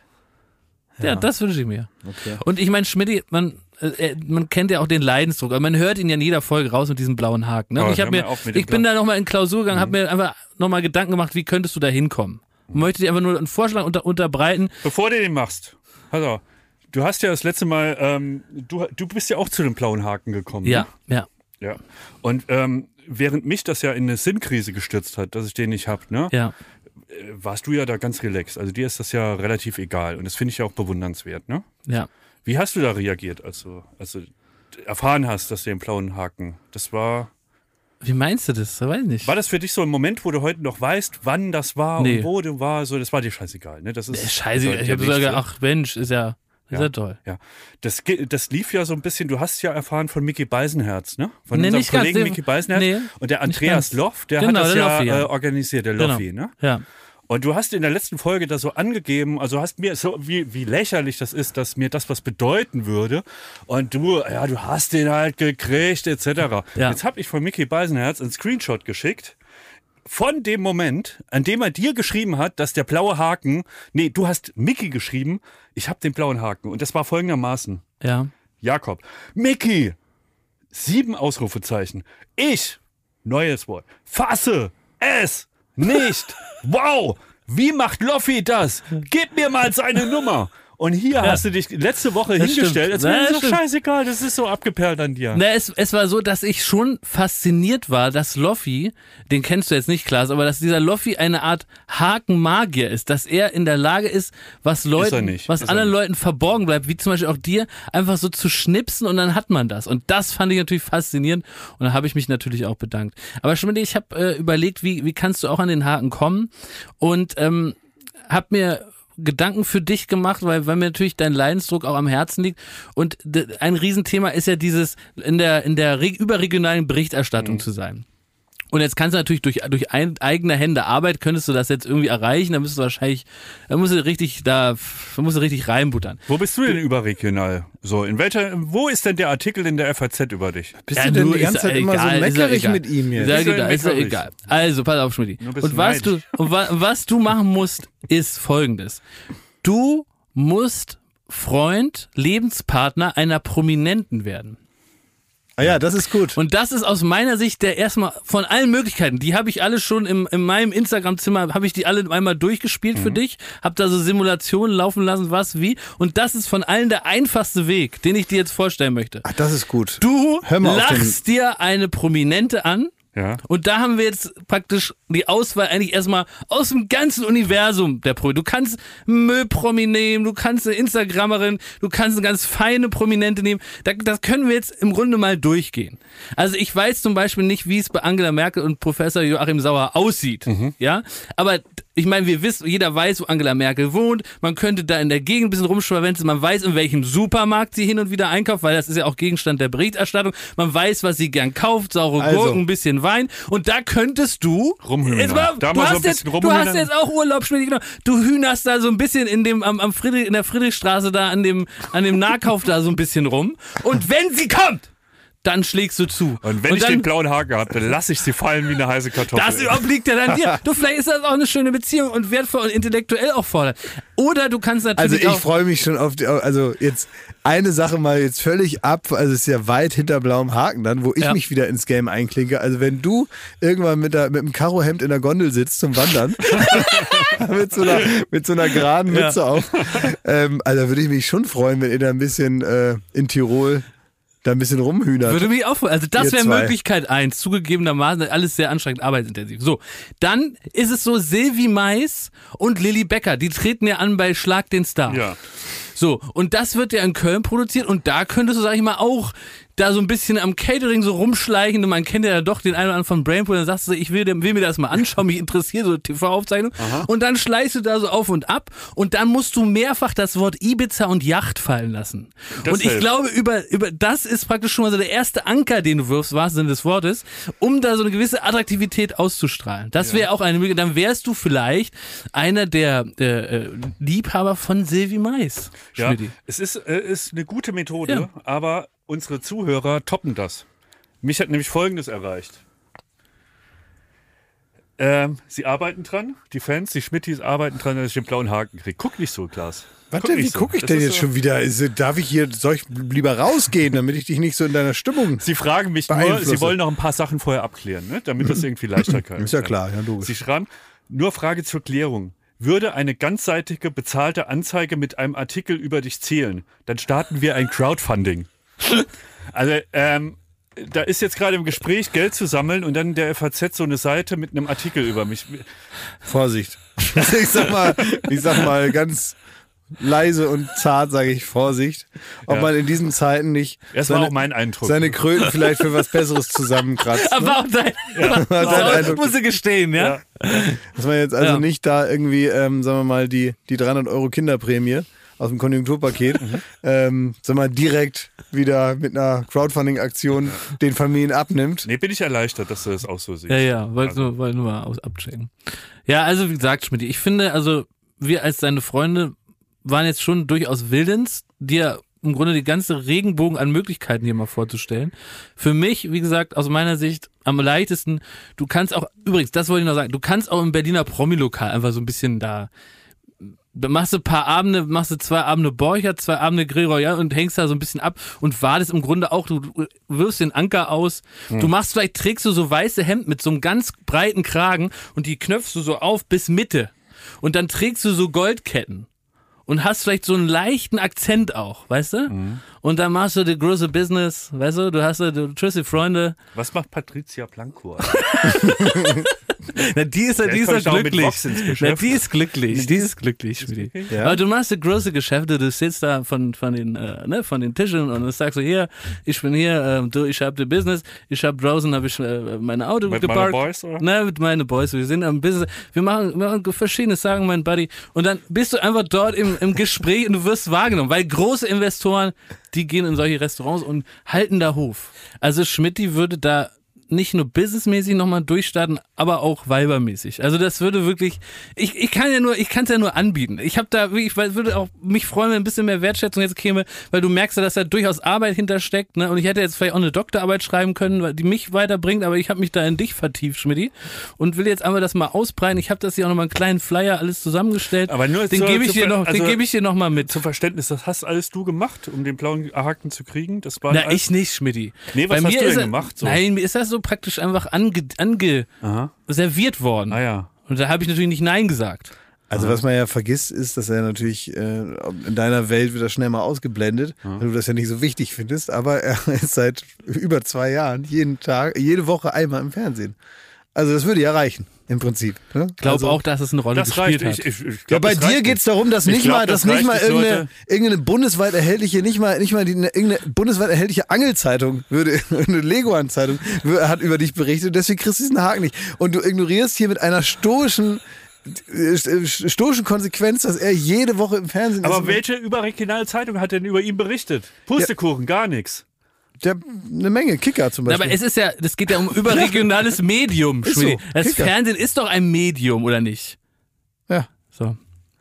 Ja, das wünsche ich mir. Okay. Und ich meine, Schmidt, man, äh, man kennt ja auch den Leidensdruck, aber man hört ihn ja in jeder Folge raus mit diesem blauen Haken. Ne? Oh, Und ich hör habe mal mir, auf mit dem ich bin blauen- da nochmal in Klausur gegangen, Mhm. habe mir einfach nochmal Gedanken gemacht, wie könntest du da hinkommen? Ich möchte dir einfach nur einen Vorschlag unter, unterbreiten. Bevor du den machst, pass auf. Du hast ja das letzte Mal, ähm, du, du bist ja auch zu dem blauen Haken gekommen. Ja, Ne? ja, Ja. Und ähm, während mich das ja in eine Sinnkrise gestürzt hat, dass ich den nicht hab, ne, ja. äh, warst du ja da ganz relaxed. Also dir ist das ja relativ egal. Und das finde ich ja auch bewundernswert, ne? Ja. Wie hast du da reagiert, als du, als du erfahren hast, dass du den blauen Haken, das war, Wie meinst du das? Ich weiß nicht. war das für dich so ein Moment, wo du heute noch weißt, wann das war Nee. und wo du war, so, das war dir scheißegal, ne? Das ist, Äh, Scheiße, bedeutet ich ja habe nichts, sogar, ne? ach Mensch, ist ja, ist ja, toll. Ja, das, ge- das lief ja so ein bisschen, du hast ja erfahren von Micky Beisenherz, ne? Von Nee, unserem nicht ganz, Kollegen den- Micky Beisenherz. nee, und der nicht Andreas ganz. Loff, der Genau, hat das der ja, Loffi, ja. Äh, organisiert, der Genau. Loffi, ne? Ja. Und du hast in der letzten Folge da so angegeben, also hast mir so, wie, wie lächerlich das ist, dass mir das was bedeuten würde. Und du, ja, du hast den halt gekriegt, et cetera. Ja. Jetzt habe ich von Micky Beisenherz einen Screenshot geschickt von dem Moment, an dem er dir geschrieben hat, dass der blaue Haken, nee, du hast Micky geschrieben, ich habe den blauen Haken. Und das war folgendermaßen. Ja. Jakob, Micky, sieben Ausrufezeichen. Ich, neues Wort, fasse es nicht. Wow, wie macht Loffi das? Gib mir mal seine Nummer. Und hier Ja. hast du dich letzte Woche Das hingestellt, als stimmt. wäre Ja, es das doch stimmt. scheißegal, das ist so abgeperlt an dir. Na, es, es war so, dass ich schon fasziniert war, dass Loffi, den kennst du jetzt nicht, Klaas, aber dass dieser Loffi eine Art Hakenmagier ist, dass er in der Lage ist, was Leuten, nicht. was Ist er anderen nicht. Leuten verborgen bleibt, wie zum Beispiel auch dir, einfach so zu schnipsen und dann hat man das. Und das fand ich natürlich faszinierend und da habe ich mich natürlich auch bedankt. Aber Schmidt, ich habe äh, überlegt, wie, wie kannst du auch an den Haken kommen und ähm, habe mir Gedanken für dich gemacht, weil, weil mir natürlich dein Leidensdruck auch am Herzen liegt. Und d- ein Riesenthema ist ja dieses, in der, in der re- überregionalen Berichterstattung Mhm. zu sein. Und jetzt kannst du natürlich durch, durch ein, eigene Hände Arbeit, könntest du das jetzt irgendwie erreichen, da müsstest du wahrscheinlich, da musst du richtig, da, da musst du richtig reinbuttern. Wo bist du denn überregional? So, in welcher, wo ist denn der Artikel in der F A Z über dich? Bist Ja, du denn du, die ganze ist Zeit ja immer egal, so ist ja meckerig egal. mit ihm jetzt? Ist ja, Ist ja egal, ist ja meckerig. egal. Also, pass auf, Schmidt. Nur ein bisschen Und was du, neidisch. und wa, was du machen musst, ist Folgendes. Du musst Freund, Lebenspartner einer Prominenten werden. Ah ja, das ist gut. Und das ist aus meiner Sicht der erstmal von allen Möglichkeiten, die habe ich alle schon im, in meinem Instagram-Zimmer, habe ich die alle einmal durchgespielt für dich, habe da so Simulationen laufen lassen, was, wie. Und das ist von allen der einfachste Weg, den ich dir jetzt vorstellen möchte. Ach, das ist gut. Du Hör mal auf den- lachst dir eine Prominente an. Ja. Und da haben wir jetzt praktisch die Auswahl eigentlich erstmal aus dem ganzen Universum der Promi. Du kannst Müllpromi nehmen, du kannst eine Instagrammerin, du kannst eine ganz feine Prominente nehmen. Da, das können wir jetzt im Grunde mal durchgehen. Also ich weiß zum Beispiel nicht, wie es bei Angela Merkel und Professor Joachim Sauer aussieht. Ja, aber ich meine, wir wissen, jeder weiß, wo Angela Merkel wohnt. Man könnte da in der Gegend ein bisschen rumschwawenzen. Man weiß, in welchem Supermarkt sie hin und wieder einkauft, weil das ist ja auch Gegenstand der Berichterstattung. Man weiß, was sie gern kauft, saure Also. Gurken, ein bisschen Wein. Und da könntest du Rumhühnern. Jetzt mal, Da du, mal so hast ein jetzt, bisschen du hast rumhühnern. jetzt auch Urlaub, Schmidt, genau. Du hühnerst da so ein bisschen in dem am, am Friedrich, in der Friedrichstraße da an dem an dem Nahkauf da so ein bisschen rum. Und wenn sie kommt, dann schlägst du zu. Und wenn ich dann, den blauen Haken habe, dann lasse ich sie fallen wie eine heiße Kartoffel. das obliegt ja dann dir. Du, vielleicht ist das auch eine schöne Beziehung und wertvoll und intellektuell auch fordernd. Oder du kannst Also natürlich ich auch... freue mich schon auf die, also jetzt eine Sache mal jetzt völlig ab, also es ist ja weit hinter blauem Haken dann, wo ich Ja. mich wieder ins Game einklinke. Also wenn du irgendwann mit, der, mit einem Karohemd in der Gondel sitzt zum Wandern, mit, so einer, mit so einer geraden Mütze Ja. auf, ähm, also würde ich mich schon freuen, wenn ihr da ein bisschen äh, in Tirol da ein bisschen rumhühnert. Würde mich auch freuen. Also das Ihr wäre zwei. Möglichkeit eins, zugegebenermaßen, alles sehr anstrengend, arbeitsintensiv. So, dann ist es so, Silvi Mais und Lilly Becker, die treten ja an bei Schlag den Star. Ja. So, und das wird ja in Köln produziert und da könntest du, sag ich mal, auch da so ein bisschen am Catering so rumschleichen und man kennt ja doch den einen oder anderen von Brainpool, dann sagst du, ich will, will mir das mal anschauen, mich interessiert so T V-Aufzeichnung und dann schleichst du da so auf und ab und dann musst du mehrfach das Wort Ibiza und Yacht fallen lassen. Das und ich hilft. glaube, über, über das ist praktisch schon mal so der erste Anker, den du wirfst, wahrsten Sinne des Wortes, um da so eine gewisse Attraktivität auszustrahlen. Das wäre auch eine Möglichkeit, dann wärst du vielleicht einer der äh, äh, Liebhaber von Silvi Mais. Ja, Schmidti. es ist, äh, ist eine gute Methode, Ja. aber unsere Zuhörer toppen das. Mich hat nämlich Folgendes erreicht. Ähm, sie arbeiten dran, die Fans, die Schmittis arbeiten dran, dass ich den blauen Haken kriege. Guck nicht so, Klaas. Warte, Guck wie nicht so. gucke ich Das denn ist jetzt so. schon wieder? Ist, darf ich hier, soll ich lieber rausgehen, damit ich dich nicht so in deiner Stimmung... Sie fragen mich nur, Beeinflusse. sie wollen noch ein paar Sachen vorher abklären, ne? Damit das irgendwie leichter kann. Ist ja klar, ja, logisch. Sie schreiben, nur Frage zur Klärung. Würde eine ganzseitige bezahlte Anzeige mit einem Artikel über dich zählen, dann starten wir ein Crowdfunding. Also, ähm, da ist jetzt gerade im Gespräch, Geld zu sammeln und dann der F A Z so eine Seite mit einem Artikel über mich. Vorsicht. Ich sag mal, ich sag mal ganz leise und zart, sage ich Vorsicht, ob Ja. man in diesen Zeiten nicht Das war seine, auch mein Eindruck. seine Kröten vielleicht für was Besseres zusammenkratzt. Ne? Aber auch dein, Dein ja. Eindruck. muss ich gestehen, ja? Ja. Dass man jetzt also Ja. nicht da irgendwie, ähm, sagen wir mal, die, die dreihundert Euro Kinderprämie aus dem Konjunkturpaket, mhm. ähm, sag mal, direkt wieder mit einer Crowdfunding-Aktion den Familien abnimmt. Nee, bin ich erleichtert, dass du das auch so siehst. Ja, ja, wollte also. nur, wollt nur mal aus, abchecken. Ja, also wie gesagt, Schmidt, ich finde, also wir als deine Freunde waren jetzt schon durchaus willens, dir im Grunde die ganze Regenbogen an Möglichkeiten hier mal vorzustellen. Für mich, wie gesagt, aus meiner Sicht am leichtesten, du kannst auch, übrigens, das wollte ich noch sagen, du kannst auch im Berliner Promi-Lokal einfach so ein bisschen da, da machst du ein paar Abende, machst du zwei Abende Borcher, zwei Abende Grill Royal und hängst da so ein bisschen ab und wartest im Grunde auch, du wirfst den Anker aus, hm. du machst vielleicht, trägst du so weiße Hemd mit so einem ganz breiten Kragen und die knöpfst du so auf bis Mitte und dann trägst du so Goldketten. Und hast vielleicht so einen leichten Akzent auch, weißt du? Mhm. Und dann machst du die große Business, weißt du? Du hast du triffst die Freunde. Was macht Patricia Planko? Na, die ist ja, die ist ja glücklich. Na, die ist glücklich, die ist glücklich. Ja. Aber du machst die große Geschäfte, du sitzt da von von den äh, ne, von den Tischen und dann sagst du hier, ich bin hier, äh, du, ich habe die Business, ich habe draußen habe ich äh, meine Auto mit geparkt. Mit meinen Boys, oder? Na, mit meinen Boys, wir sind am Business, wir machen, wir machen verschiedene Sachen, mein Buddy. Und dann bist du einfach dort im im Gespräch und du wirst wahrgenommen, weil große Investoren, die gehen in solche Restaurants und halten da Hof. Also Schmidti würde da nicht nur businessmäßig nochmal durchstarten, aber auch weibermäßig. Also das würde wirklich, ich, ich kann ja nur, ich kann es ja nur anbieten. Ich habe da, ich würde auch mich freuen, wenn ein bisschen mehr Wertschätzung jetzt käme, weil du merkst ja, dass da durchaus Arbeit hintersteckt, ne? Und ich hätte jetzt vielleicht auch eine Doktorarbeit schreiben können, weil die mich weiterbringt, aber ich habe mich da in dich vertieft, Schmidti, und will jetzt einmal das mal ausbreiten. Ich habe das hier auch nochmal einen kleinen Flyer alles zusammengestellt. Aber nur den gebe ich dir noch, also den gebe ich dir noch mal mit. Zum Verständnis, das hast alles du gemacht, um den blauen Haken zu kriegen? Das war Na, ich nicht, Schmidti. Nee, was Bei hast mir du ist denn er, gemacht? So? Nein, mir ist das so praktisch einfach ange, ange serviert worden. Ah ja. Und da habe ich natürlich nicht Nein gesagt. Also was man ja vergisst, ist, dass er natürlich äh, in deiner Welt wird das schnell mal ausgeblendet, mhm. weil du das ja nicht so wichtig findest, aber er ist seit über zwei Jahren jeden Tag, jede Woche einmal im Fernsehen. Also das würde ja reichen, im Prinzip. Ne? Ich glaube also, auch, dass es eine Rolle das gespielt reicht. hat. Ich, ich, ich glaub, ja, bei dir geht es darum, dass nicht glaub, mal, dass das nicht mal reicht, irgendeine, irgendeine bundesweit erhältliche, nicht mal, nicht mal die, eine, irgendeine bundesweit erhältliche Angelzeitung würde, eine Leguan-Zeitung hat über dich berichtet. Deswegen kriegst du diesen Haken nicht. Und du ignorierst hier mit einer stoischen stoischen Konsequenz, dass er jede Woche im Fernsehen Aber ist. Aber welche überregionale Zeitung hat denn über ihn berichtet? Pustekuchen, ja. Gar nichts. Der, eine Menge, Kicker zum Beispiel. Aber es ist ja, das geht ja um überregionales Medium. Ist so, das Kicker. Fernsehen ist doch ein Medium, oder nicht? Ja. So.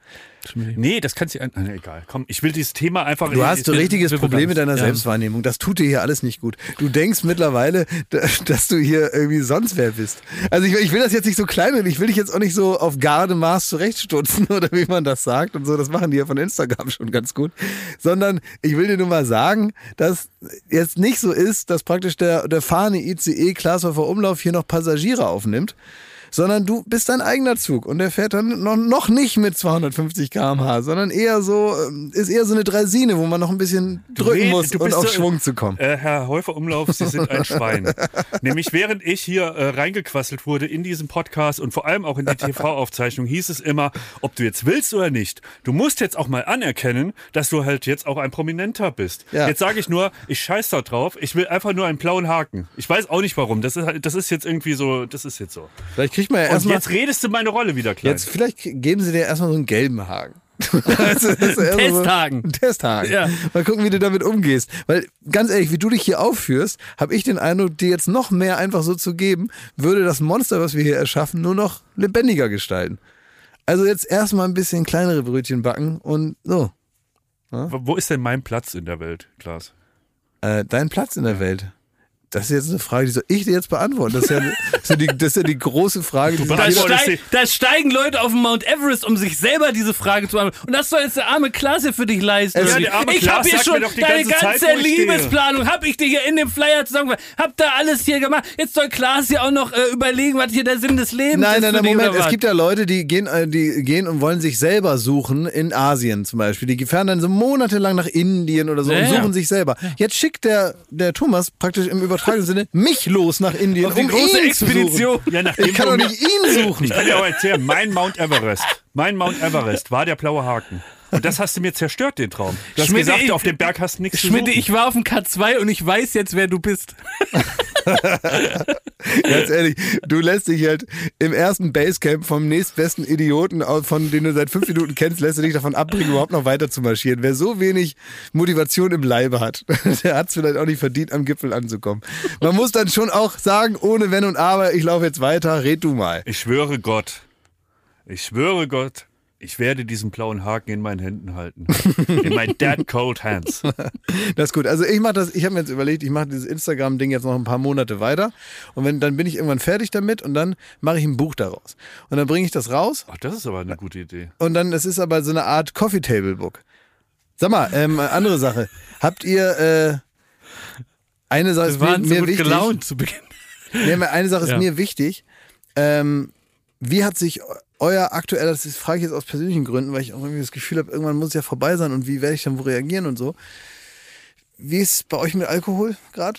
Nee, das kannst du ja. Nee, egal. Komm, ich will dieses Thema einfach. Du hast ein richtiges Problem mit deiner ja. Selbstwahrnehmung. Das tut dir hier alles nicht gut. Du denkst mittlerweile, dass du hier irgendwie sonst wer bist. Also ich, ich will das jetzt nicht so klein und ich will dich jetzt auch nicht so auf Gardemaß zurechtstutzen oder wie man das sagt und so. Das machen die ja von Instagram schon ganz gut. Sondern ich will dir nur mal sagen, dass jetzt nicht so ist, dass praktisch der, der fahrende I C E Glashäufer Umlauf hier noch Passagiere aufnimmt. Sondern du bist dein eigener Zug und der fährt dann noch, noch nicht mit zweihundertfünfzig Kilometer pro Stunde, sondern eher so, ist eher so eine Draisine, wo man noch ein bisschen drücken muss, um auf so, Schwung zu kommen. Äh, Herr Häufer-Umlauf, Sie sind ein Schwein. Nämlich während ich hier äh, reingequasselt wurde in diesen Podcast und vor allem auch in die T V-Aufzeichnung, hieß es immer, ob du jetzt willst oder nicht, du musst jetzt auch mal anerkennen, dass du halt jetzt auch ein Prominenter bist. Ja. Jetzt sage ich nur, ich scheiß da drauf, ich will einfach nur einen blauen Haken. Ich weiß auch nicht warum, das ist, das ist jetzt irgendwie so, das ist jetzt so. Vielleicht kriegt man ja und erstmal. Jetzt redest du meine Rolle wieder klein. Jetzt vielleicht geben sie dir erstmal so einen gelben Haken. also, Testhaken. So ein Testhaken. Ja. Mal gucken, wie du damit umgehst. Weil, ganz ehrlich, wie du dich hier aufführst, habe ich den Eindruck, dir jetzt noch mehr einfach so zu geben, würde das Monster, was wir hier erschaffen, nur noch lebendiger gestalten. Also jetzt erstmal ein bisschen kleinere Brötchen backen und so. Ja? Wo ist denn mein Platz in der Welt, Klaas? Äh, dein Platz in der Welt? Das ist jetzt eine Frage, die soll ich dir jetzt beantworten. Das ist ja, das ist ja, die, das ist ja die große Frage. Die da, steig, da steigen Leute auf den Mount Everest, um sich selber diese Frage zu beantworten. Und das soll jetzt der arme Klaas hier für dich leisten. Ja, der arme ich habe hier schon deine ganze, ganze Zeit, Liebesplanung, habe ich dir hier in dem Flyer zusammengefasst. Hab da alles hier gemacht. Jetzt soll Klaas hier auch noch äh, überlegen, was hier der Sinn des Lebens nein, ist. Nein, nein, nein, Moment. Es gibt ja Leute, die gehen, die gehen und wollen sich selber suchen in Asien zum Beispiel. Die fahren dann so monatelang nach Indien oder so ja, und suchen ja. sich selber. Jetzt schickt der, der Thomas praktisch im übertragenen Sinne mich los nach Indien, auf die um große ihn Expedition. Zu suchen. Ja, ich kann doch nicht ihn suchen. Ich kann dir auch erzählen, mein Mount Everest, mein Mount Everest war der blaue Haken. Und das hast du mir zerstört, den Traum. Du hast Schmitte, gesagt, ich, auf dem Berg hast du nichts zu Schmitte, suchen. ich war auf dem K zwei und ich weiß jetzt, wer du bist. Ganz ehrlich, du lässt dich halt im ersten Basecamp vom nächstbesten Idioten, von den du seit fünf Minuten kennst, lässt du dich davon abbringen, überhaupt noch weiter zu marschieren. Wer so wenig Motivation im Leibe hat, der hat es vielleicht auch nicht verdient, am Gipfel anzukommen. Man muss dann schon auch sagen, ohne Wenn und Aber, ich laufe jetzt weiter, red du mal. Ich schwöre Gott, ich schwöre Gott, ich werde diesen blauen Haken in meinen Händen halten. In my dead cold hands. Das ist gut. Also ich mache das, ich habe mir jetzt überlegt, ich mache dieses Instagram-Ding jetzt noch ein paar Monate weiter und wenn, dann bin ich irgendwann fertig damit und dann mache ich ein Buch daraus. Und dann bringe ich das raus. Ach, das ist aber eine gute Idee. Und dann, es ist aber so eine Art Coffee-Table-Book. Sag mal, ähm, andere Sache. Habt ihr, äh, eine Sache ist mir, waren so mir gut wichtig. gelaunt zu Beginn. Nee, eine Sache ist Ja. mir wichtig. Ähm, wie hat sich euer aktueller, das ist, frage ich jetzt aus persönlichen Gründen, weil ich auch irgendwie das Gefühl habe, irgendwann muss es ja vorbei sein und wie werde ich dann wo reagieren und so. Wie ist es bei euch mit Alkohol gerade?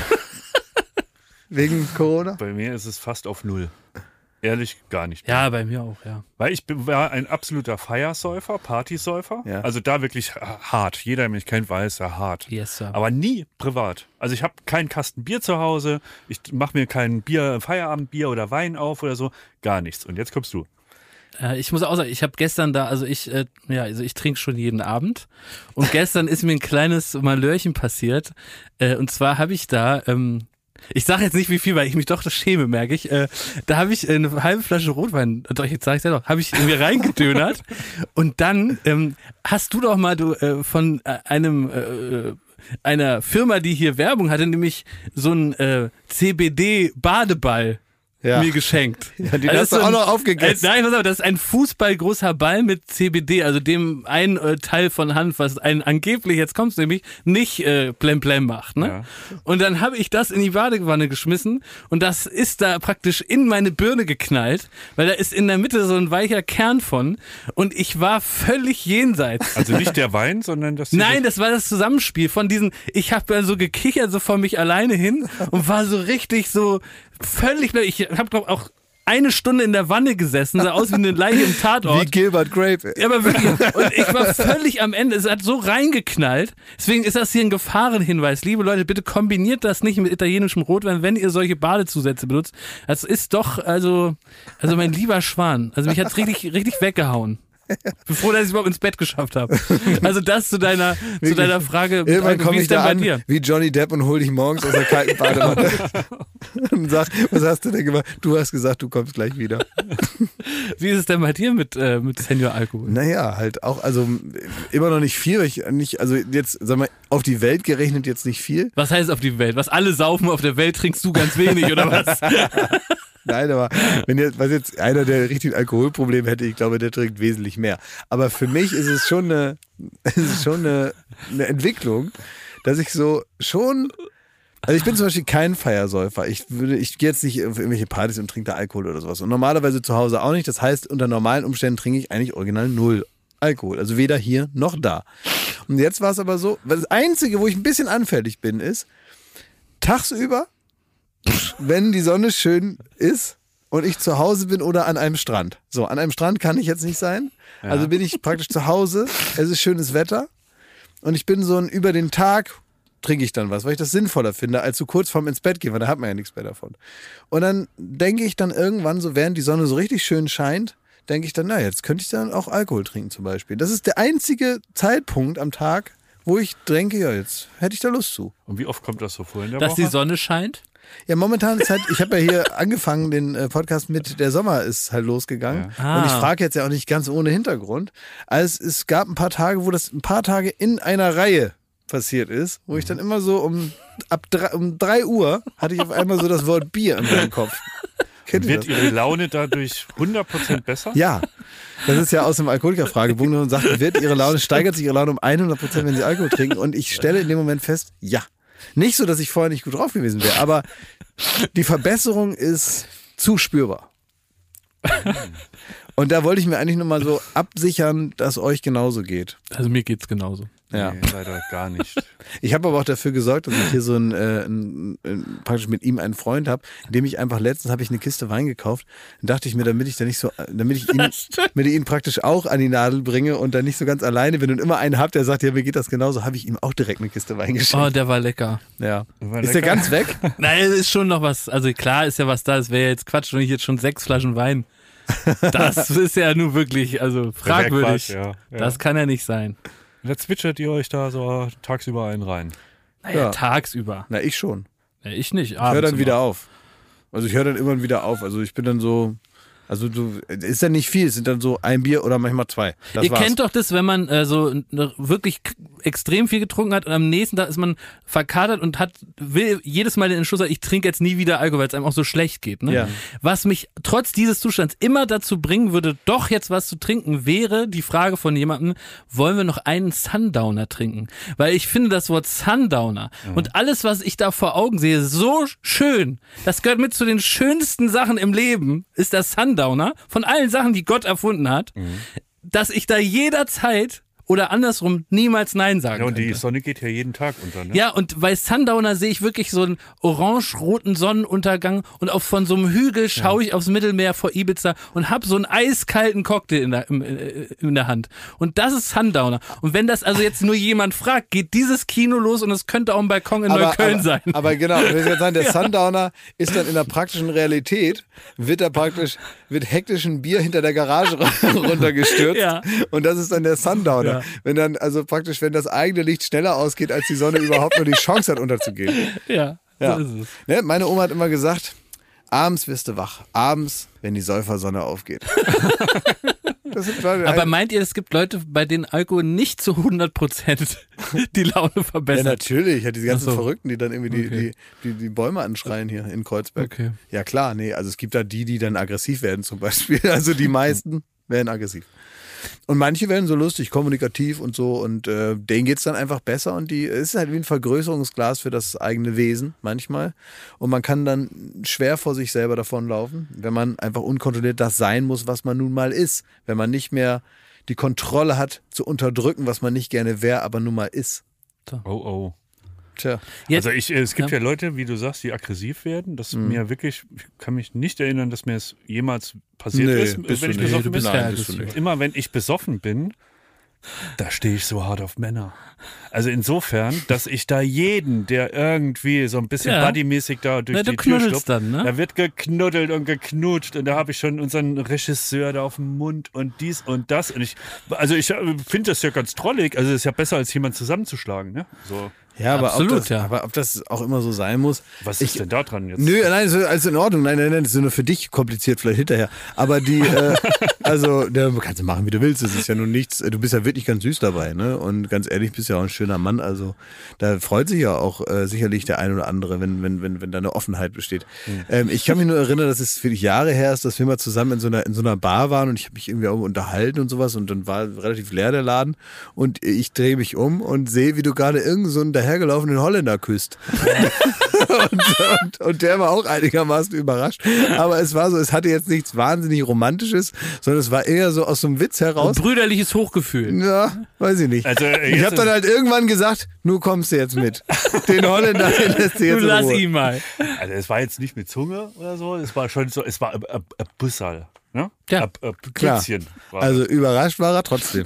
Wegen Corona? Bei mir ist es fast auf Null. Ehrlich, gar nicht. Ja, bei mir auch, ja. Weil ich bin- war ein absoluter Feiersäufer, Partysäufer. Ja. Also da wirklich hart. Jeder, der mich kennt, weiß, ja hart. Yes, sir. Aber nie privat. Also ich habe keinen Kasten Bier zu Hause. Ich mache mir kein Bier, Feierabendbier oder Wein auf oder so. Gar nichts. Und jetzt kommst du. Äh, ich muss auch sagen, ich habe gestern da, also ich, äh, ja, also ich trinke schon jeden Abend und gestern ist mir ein kleines Malörchen passiert. Äh, und zwar habe ich da, ähm, ich sage jetzt nicht wie viel, weil ich mich doch das schäme, merke ich. Äh, da habe ich eine halbe Flasche Rotwein, doch jetzt sage ich ja doch, habe ich mir reingedönert und dann ähm, hast du doch mal du äh, von äh, einem äh, einer Firma, die hier Werbung hatte, nämlich so ein äh, C B D-Badeball. Ja. Mir geschenkt. Ja, den Also hast das du ist auch ein- noch aufgegessen. Äh, nein, pass auf, das ist ein fußballgroßer Ball mit C B D, also dem ein äh, Teil von Hanf, was ein angeblich, jetzt kommst du nämlich, nicht äh, blem blem macht. Ne? Ja. Und dann habe ich das in die Badewanne geschmissen und das ist da praktisch in meine Birne geknallt, weil da ist in der Mitte so ein weicher Kern von und ich war völlig jenseits. Also nicht der Wein, sondern das... Nein, das war das Zusammenspiel von diesen, ich habe dann so gekichert, so vor mich alleine hin und war so richtig so völlig, ich habe glaube auch eine Stunde in der Wanne gesessen, sah aus wie eine Leiche im Wie Tatort. Gilbert Grape. Ja, aber wirklich, und ich war völlig am Ende, es hat so reingeknallt, deswegen ist das hier ein Gefahrenhinweis. Liebe Leute, bitte kombiniert das nicht mit italienischem Rotwein, wenn ihr solche Badezusätze benutzt. Das ist doch, also, also mein lieber Schwan, also mich hat's richtig, richtig weggehauen. Ich bin froh, dass ich es überhaupt ins Bett geschafft habe. Also das zu deiner, zu deiner Frage, Irgendwann wie komme ist ich denn da bei an dir? wie Johnny Depp und hol dich morgens aus der kalten Badewanne und sag, was hast du denn gemacht? Du hast gesagt, du kommst gleich wieder. Wie ist es denn bei dir mit, äh, mit Senior Alkohol? Naja, halt auch, also immer noch nicht viel, weil ich nicht, also jetzt, sag mal, auf die Welt gerechnet jetzt nicht viel. Was heißt auf die Welt? Was alle saufen auf der Welt, trinkst du ganz wenig, oder was? Nein, aber wenn jetzt, was jetzt einer, der richtig ein Alkoholproblem hätte, ich glaube, der trinkt wesentlich mehr. Aber für mich ist es schon eine, ist es schon eine, eine Entwicklung, dass ich so schon, also ich bin zum Beispiel kein Feiersäufer. Ich würde, ich gehe jetzt nicht auf irgendwelche Partys und trinke da Alkohol oder sowas. Und normalerweise zu Hause auch nicht. Das heißt, unter normalen Umständen trinke ich eigentlich original null Alkohol. Also weder hier noch da. Und jetzt war es aber so, das Einzige, wo ich ein bisschen anfällig bin, ist, tagsüber, wenn die Sonne schön ist und ich zu Hause bin oder an einem Strand. So, an einem Strand kann ich jetzt nicht sein. Ja. Also bin ich praktisch zu Hause, es ist schönes Wetter und ich bin so ein, über den Tag trinke ich dann was, weil ich das sinnvoller finde, als so kurz vorm ins Bett gehen, weil da hat man ja nichts mehr davon. Und dann denke ich dann irgendwann so, während die Sonne so richtig schön scheint, denke ich dann, na, jetzt könnte ich dann auch Alkohol trinken zum Beispiel. Das ist der einzige Zeitpunkt am Tag, wo ich denke, ja, jetzt hätte ich da Lust zu. Und wie oft kommt das so vor in der Dass Woche? die Sonne scheint? Ja, momentan ist halt, ich habe ja hier angefangen, den äh, Podcast mit der Sommer ist halt losgegangen. Ja. Ah. Und ich frage jetzt ja auch nicht ganz ohne Hintergrund. Also es gab ein paar Tage, wo das ein paar Tage in einer Reihe passiert ist, wo ich dann immer so um ab drei, um drei Uhr hatte ich auf einmal so das Wort Bier in meinem Kopf. Kennt ihr Wird das? Ihre Laune dadurch hundert Prozent besser? Ja, das ist ja aus dem Alkoholiker-Fragebogen und sagt, wird Ihre Laune, steigert sich Ihre Laune um hundert Prozent, wenn Sie Alkohol trinken? Und ich stelle in dem Moment fest, ja. Nicht so, dass ich vorher nicht gut drauf gewesen wäre, aber die Verbesserung ist zu spürbar. Und da wollte ich mir eigentlich nur mal so absichern, dass euch genauso geht. Also mir geht's genauso. Ja. Nee, leider gar nicht. Ich habe aber auch dafür gesorgt, dass ich hier so ein, äh, ein, ein praktisch mit ihm einen Freund habe, indem ich einfach letztens habe ich eine Kiste Wein gekauft. Dann dachte ich mir, damit ich da nicht so, damit ich ihn, damit ich ihn praktisch auch an die Nadel bringe und dann nicht so ganz alleine bin und immer einen habe, der sagt, ja, mir geht das genauso, habe ich ihm auch direkt eine Kiste Wein geschenkt. Oh, der war lecker. Ja. War Ist lecker. der ganz weg? Nein, es ist schon noch was. Also klar ist ja was da. Es wäre jetzt Quatsch, wenn ich jetzt schon sechs Flaschen Wein. Das ist ja nun wirklich, also fragwürdig. Quatsch, ja, ja. Das kann ja nicht sein. Da zwitschert ihr euch da so tagsüber einen rein. Naja, Ja. tagsüber. Na, ich schon. Ja, ich nicht. Ich höre dann immer. wieder auf. Also ich höre dann immer wieder auf. Also ich bin dann so, also du, ist dann nicht viel, es sind dann so ein Bier oder manchmal zwei. Das Ihr war's. kennt doch das, wenn man äh, so ne, wirklich k- extrem viel getrunken hat und am nächsten Tag ist man verkatert und hat will jedes Mal den Entschluss, ich trinke jetzt nie wieder Alkohol, weil es einem auch so schlecht geht. Ne? Ja. Was mich trotz dieses Zustands immer dazu bringen würde, doch jetzt was zu trinken, wäre die Frage von jemandem, wollen wir noch einen Sundowner trinken? Weil ich finde das Wort Sundowner Mhm. und alles, was ich da vor Augen sehe, so schön. Das gehört mit zu den schönsten Sachen im Leben, ist der Sundowner, von allen Sachen, die Gott erfunden hat, Mhm. dass ich da jederzeit oder andersrum niemals Nein sagen Ja, und die könnte. Sonne geht ja jeden Tag unter, ne? Ja, und bei Sundowner sehe ich wirklich so einen orange-roten Sonnenuntergang und auf von so einem Hügel schaue ich aufs Mittelmeer vor Ibiza und habe so einen eiskalten Cocktail in der, im, äh, in der Hand. Und das ist Sundowner. Und wenn das also jetzt nur jemand fragt, geht dieses Kino los und es könnte auch ein Balkon in Neukölln aber, sein. Aber genau, ich will jetzt sagen, der Sundowner ist dann in der praktischen Realität, wird er praktisch, wird hektisch ein Bier hinter der Garage runtergestürzt. Ja. Und das ist dann der Sundowner. Ja. Wenn dann, also praktisch, wenn das eigene Licht schneller ausgeht, als die Sonne überhaupt nur die Chance hat, unterzugehen. Ja, Ja. so ist es. Ne, meine Oma hat immer gesagt, abends wirst du wach. Abends, wenn die Säufersonne aufgeht. Das sind Leute, Aber ein- meint ihr, es gibt Leute, bei denen Alkohol nicht zu hundert Prozent die Laune ja, verbessert? natürlich. Ja, diese ganzen Ach so. Verrückten, die dann irgendwie die, Okay. die, die, die Bäume anschreien hier in Kreuzberg. Okay. Ja, klar, nee. Also es gibt da die, die dann aggressiv werden zum Beispiel. Also die meisten werden aggressiv. Und manche werden so lustig, kommunikativ und so und äh, denen geht's dann einfach besser und die es ist halt wie ein Vergrößerungsglas für das eigene Wesen manchmal und man kann dann schwer vor sich selber davonlaufen, wenn man einfach unkontrolliert das sein muss, was man nun mal ist, wenn man nicht mehr die Kontrolle hat zu unterdrücken, was man nicht gerne wäre, aber nun mal ist. Oh, oh. Tja. Jetzt, Also ich, äh, es gibt Ja. ja. Leute, wie du sagst, die aggressiv werden. Das Mhm. mir wirklich, ich kann mich nicht erinnern, dass mir es jemals passiert Nee, ist, bist wenn du ich nicht. besoffen du bist bin. ja Nein, bist du aggressiv. nicht. Immer wenn ich besoffen bin, da stehe ich so hart auf Männer. Also insofern, dass ich da jeden, der irgendwie so ein bisschen Ja. buddymäßig da durch Na, du die Tür knuddelst schlupft, dann, ne? da wird geknuddelt und geknutscht und da habe ich schon unseren Regisseur da auf dem Mund und dies und das und ich, also ich äh, finde das ja ganz trollig, also es ist ja besser als jemand zusammenzuschlagen, ne? So, Ja, aber, Absolut, ob das, ja. aber ob das auch immer so sein muss. was ich, ist denn da dran jetzt? Nö, nein, ist alles in Ordnung. Nein, nein, nein, das ist nur für dich kompliziert, vielleicht hinterher. Aber die, äh, also, da kannst du machen, wie du willst. Das ist ja nun nichts. Du bist ja wirklich ganz süß dabei, ne? Und ganz ehrlich, bist ja auch ein schöner Mann. Also, da freut sich ja auch äh, sicherlich der ein oder andere, wenn, wenn, wenn, wenn da eine Offenheit besteht. Mhm. Ähm, ich kann mich nur erinnern, dass es wirklich Jahre her ist, dass wir mal zusammen in so einer, in so einer Bar waren und ich habe mich irgendwie auch unterhalten und sowas und dann war relativ leer der Laden und ich drehe mich um und sehe, wie du gerade irgend so einen dahergelaufenen Holländer küsst. und, und, und der war auch einigermaßen überrascht. Aber es war so, es hatte jetzt nichts wahnsinnig Romantisches, sondern es war eher so aus so einem Witz Ein heraus. brüderliches Hochgefühl. Ja, weiß ich nicht. Also, äh, ich jetzt habe dann ist- halt irgendwann gesagt, nun kommst du jetzt mit. Den Holländer, den lässt du Du jetzt in lass Ruhe. ihn mal. Also es war jetzt nicht mit Zunge oder so, es war schon so, es war ein Bussal, ne? Ja, Ab- ab- Klar. Klitzchen war Also überrascht war er trotzdem.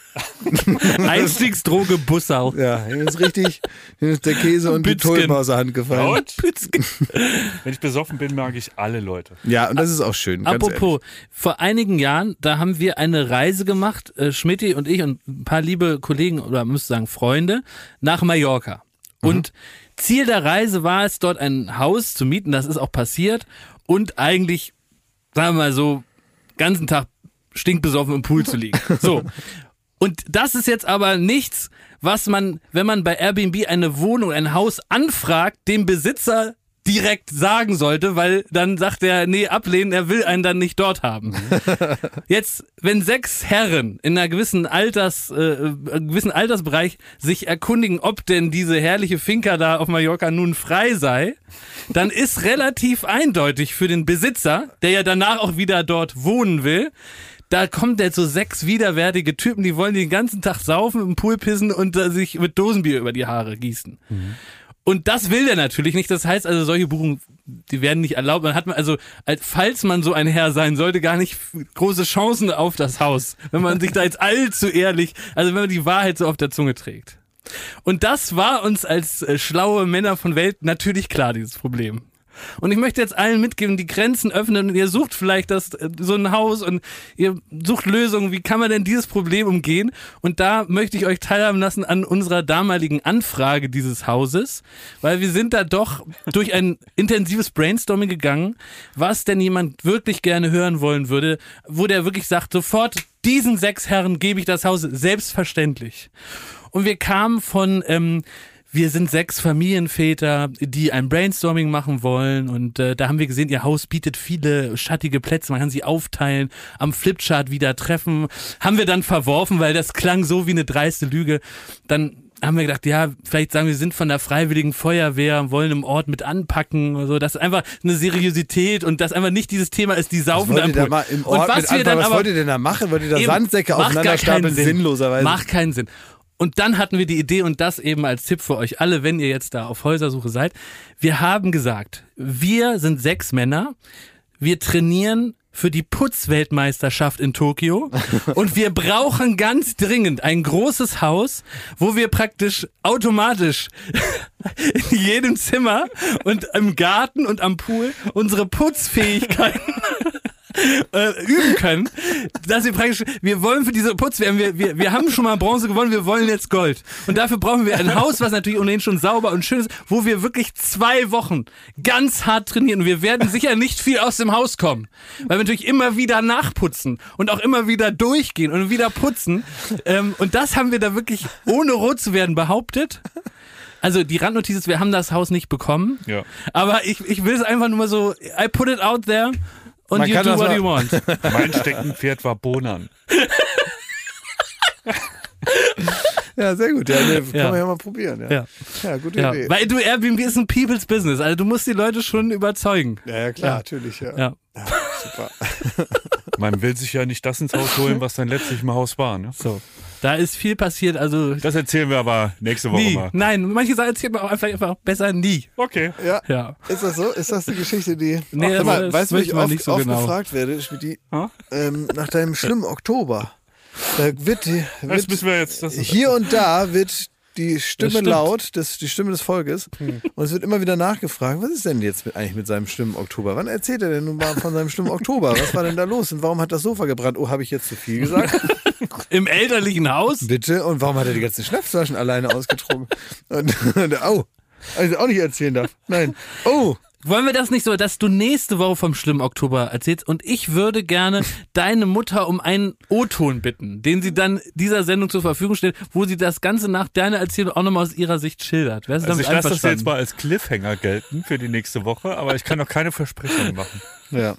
Einstiegsdroge Bussau. Ja, hier ist richtig, hier ist der Käse und die Bützgen. Tulpen aus der Hand das. gefallen. Und wenn ich besoffen bin, mag ich alle Leute. Ja, und das ist auch schön. Ganz Apropos, vor einigen Jahren, da haben wir eine Reise gemacht, äh, Schmidti und ich und ein paar liebe Kollegen oder müsste sagen Freunde, nach Mallorca. Und Ziel der Reise war es, dort ein Haus zu mieten, das ist auch passiert und eigentlich, sagen wir mal so, ganzen Tag stinkbesoffen im Pool zu liegen. So. Und das ist jetzt aber nichts, was man, wenn man bei Airbnb eine Wohnung, ein Haus anfragt, dem Besitzer direkt sagen sollte, weil dann sagt er, nee, ablehnen, er will einen dann nicht dort haben. Jetzt, wenn sechs Herren in einer gewissen Alters, äh, einem gewissen Altersbereich sich erkundigen, ob denn diese herrliche Finca da auf Mallorca nun frei sei, dann ist relativ eindeutig für den Besitzer, der ja danach auch wieder dort wohnen will, da kommt jetzt so sechs widerwärtige Typen, die wollen den ganzen Tag saufen, im Pool pissen und äh, sich mit Dosenbier über die Haare gießen. Mhm. Und das will der natürlich nicht. Das heißt also, solche Buchungen, die werden nicht erlaubt. Man hat man also, falls man so ein Herr sein sollte, gar nicht große Chancen auf das Haus, wenn man sich da jetzt allzu ehrlich, also wenn man die Wahrheit so auf der Zunge trägt. Und das war uns als äh, schlaue Männer von Welt natürlich klar, dieses Problem. Und ich möchte jetzt allen mitgeben, die Grenzen öffnen und ihr sucht vielleicht das, so ein Haus und ihr sucht Lösungen, wie kann man denn dieses Problem umgehen? Und da möchte ich euch teilhaben lassen an unserer damaligen Anfrage dieses Hauses, weil wir sind da doch durch ein intensives Brainstorming gegangen, was denn jemand wirklich gerne hören wollen würde, wo der wirklich sagt, sofort diesen sechs Herren gebe ich das Haus, selbstverständlich. Und wir kamen von... Ähm, Wir sind sechs Familienväter, die ein Brainstorming machen wollen und äh, da haben wir gesehen, ihr Haus bietet viele schattige Plätze, man kann sie aufteilen, am Flipchart wieder treffen. Haben wir dann verworfen, weil das klang so wie eine dreiste Lüge. Dann haben wir gedacht, ja, vielleicht sagen wir, wir sind von der Freiwilligen Feuerwehr, wollen im Ort mit anpacken oder so. Das ist einfach eine Seriosität und das einfach nicht dieses Thema ist, die saufen was am Pool. Da mal im Ort und was mit wir anpacken, dann was aber wollt ihr denn da machen? Wollt ihr da eben, Sandsäcke aufeinander stapeln? Sinnloserweise. Macht keinen Sinn. Und dann hatten wir die Idee und das eben als Tipp für euch alle, wenn ihr jetzt da auf Häusersuche seid. Wir haben gesagt, wir sind sechs Männer, wir trainieren für die Putzweltmeisterschaft in Tokio und wir brauchen ganz dringend ein großes Haus, wo wir praktisch automatisch in jedem Zimmer und im Garten und am Pool unsere Putzfähigkeiten Äh, üben können, dass wir praktisch, wir wollen für diese Putzwärme, wir, wir, wir haben schon mal Bronze gewonnen, wir wollen jetzt Gold. Und dafür brauchen wir ein Haus, was natürlich ohnehin schon sauber und schön ist, wo wir wirklich zwei Wochen ganz hart trainieren. Und wir werden sicher nicht viel aus dem Haus kommen, weil wir natürlich immer wieder nachputzen und auch immer wieder durchgehen und wieder putzen. Ähm, und das haben wir da wirklich, ohne rot zu werden, behauptet. Also die Randnotiz ist, wir haben das Haus nicht bekommen. Ja. Aber ich, ich will es einfach nur mal so, I put it out there. Und Man you kann do das what mal- you want. Mein Steckenpferd war Bohnen. Ja, sehr gut. Ja, nee, kann Ja. man ja mal probieren. Ja, Ja. ja gute Ja. Idee. Weil du, Airbnb ist ein People's Business. Also du musst die Leute schon überzeugen. Ja, ja, klar, Ja. natürlich. Ja. Ja. Ja, super. Man will sich ja nicht das ins Haus holen, was dann letztlich im Haus war. Ne? So. Da ist viel passiert. Also Das erzählen wir aber nächste Woche nie. mal. Nein, manche Sachen erzählt man auch einfach, einfach besser nie. Okay. Ja. Ja. Ist das so? Ist das die Geschichte, die... Nee, Sag mal, das weißt du, wie ich möchte man oft, nicht so oft genau. gefragt werde, Schmidti, Ha? ähm, nach deinem schlimmen Oktober? Da wird, die- Das wird müssen wir jetzt. Das hier und da wird die Stimme stimmt. laut, das, die Stimme des Volkes. Und es wird immer wieder nachgefragt, was ist denn jetzt mit, eigentlich mit seinem schlimmen Oktober? Wann erzählt er denn nun mal von seinem schlimmen Oktober? Was war denn da los? Und warum hat das Sofa gebrannt? Oh, habe ich jetzt zu viel gesagt? Im elterlichen Haus? Bitte? Und warum hat er die ganzen Schnapsflaschen alleine ausgetrunken? Und, und au, also auch nicht erzählen darf. Nein. Oh, Wollen wir das nicht so, dass du nächste Woche vom schlimmen Oktober erzählst und ich würde gerne deine Mutter um einen O-Ton bitten, den sie dann dieser Sendung zur Verfügung stellt, wo sie das Ganze nach deiner Erzählung auch nochmal aus ihrer Sicht schildert. Wärst du Also damit ich lasse das einverstanden? jetzt mal als Cliffhanger gelten für die nächste Woche, aber ich kann noch keine Versprechungen machen. ja.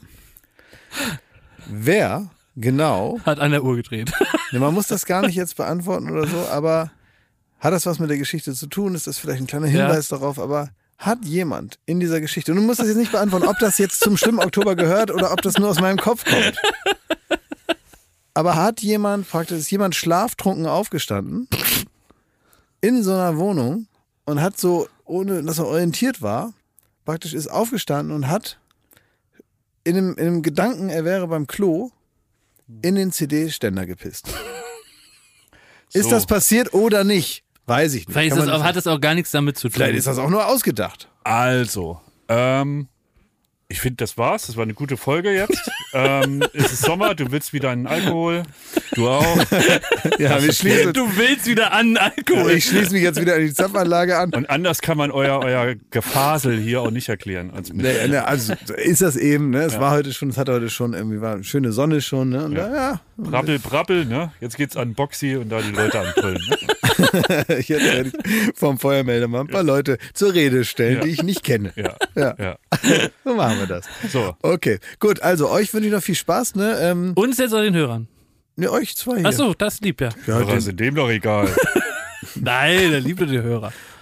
Wer genau, Hat an der Uhr gedreht. ne, man muss das gar nicht jetzt beantworten oder so, aber hat das was mit der Geschichte zu tun? Ist das vielleicht ein kleiner Hinweis darauf, aber hat jemand in dieser Geschichte, und du musst das jetzt nicht beantworten, ob das jetzt zum schlimmen Oktober gehört oder ob das nur aus meinem Kopf kommt. Aber hat jemand, praktisch, ist jemand schlaftrunken aufgestanden in so einer Wohnung und hat so, ohne dass er orientiert war, praktisch ist aufgestanden und hat in einem, in einem Gedanken, er wäre beim Klo, in den C D-Ständer gepisst. Ist So. das passiert oder nicht? Weiß ich nicht. Vielleicht ist Kann das man auch, nicht hat das auch gar nichts damit zu tun. Vielleicht ist das auch nur ausgedacht. Also, ähm, ich finde, das war's. Das war eine gute Folge jetzt. ähm, es ist Sommer, du willst wieder einen Alkohol. Du auch. Ja, wir schließen, Du willst wieder an Alkohol. ich schließe mich jetzt wieder an die Zapfanlage an. Und anders kann man euer, euer Gefasel hier auch nicht erklären. Als mit Nee, ne, also ist das eben, ne? Es war heute schon, es hat heute schon irgendwie, war eine schöne Sonne schon, ne? Und Ja. ja, ja. Brabbel, brabbel, ne? Jetzt geht's an Boxy und da die Leute anbrüllen. Ne? Jetzt werde ich vom Feuermelder mal ein paar Leute zur Rede stellen, Ja. die ich nicht kenne. Ja. Ja. ja. So machen wir das. So. Okay, gut, also euch wünsche ich noch viel Spaß, ne? Ähm, Uns jetzt oder den Hörern? ne euch zwei hier. Achso, das lieb ja. Ja, Hörer den, sind dem doch egal. Nein, der liebt die Hörer.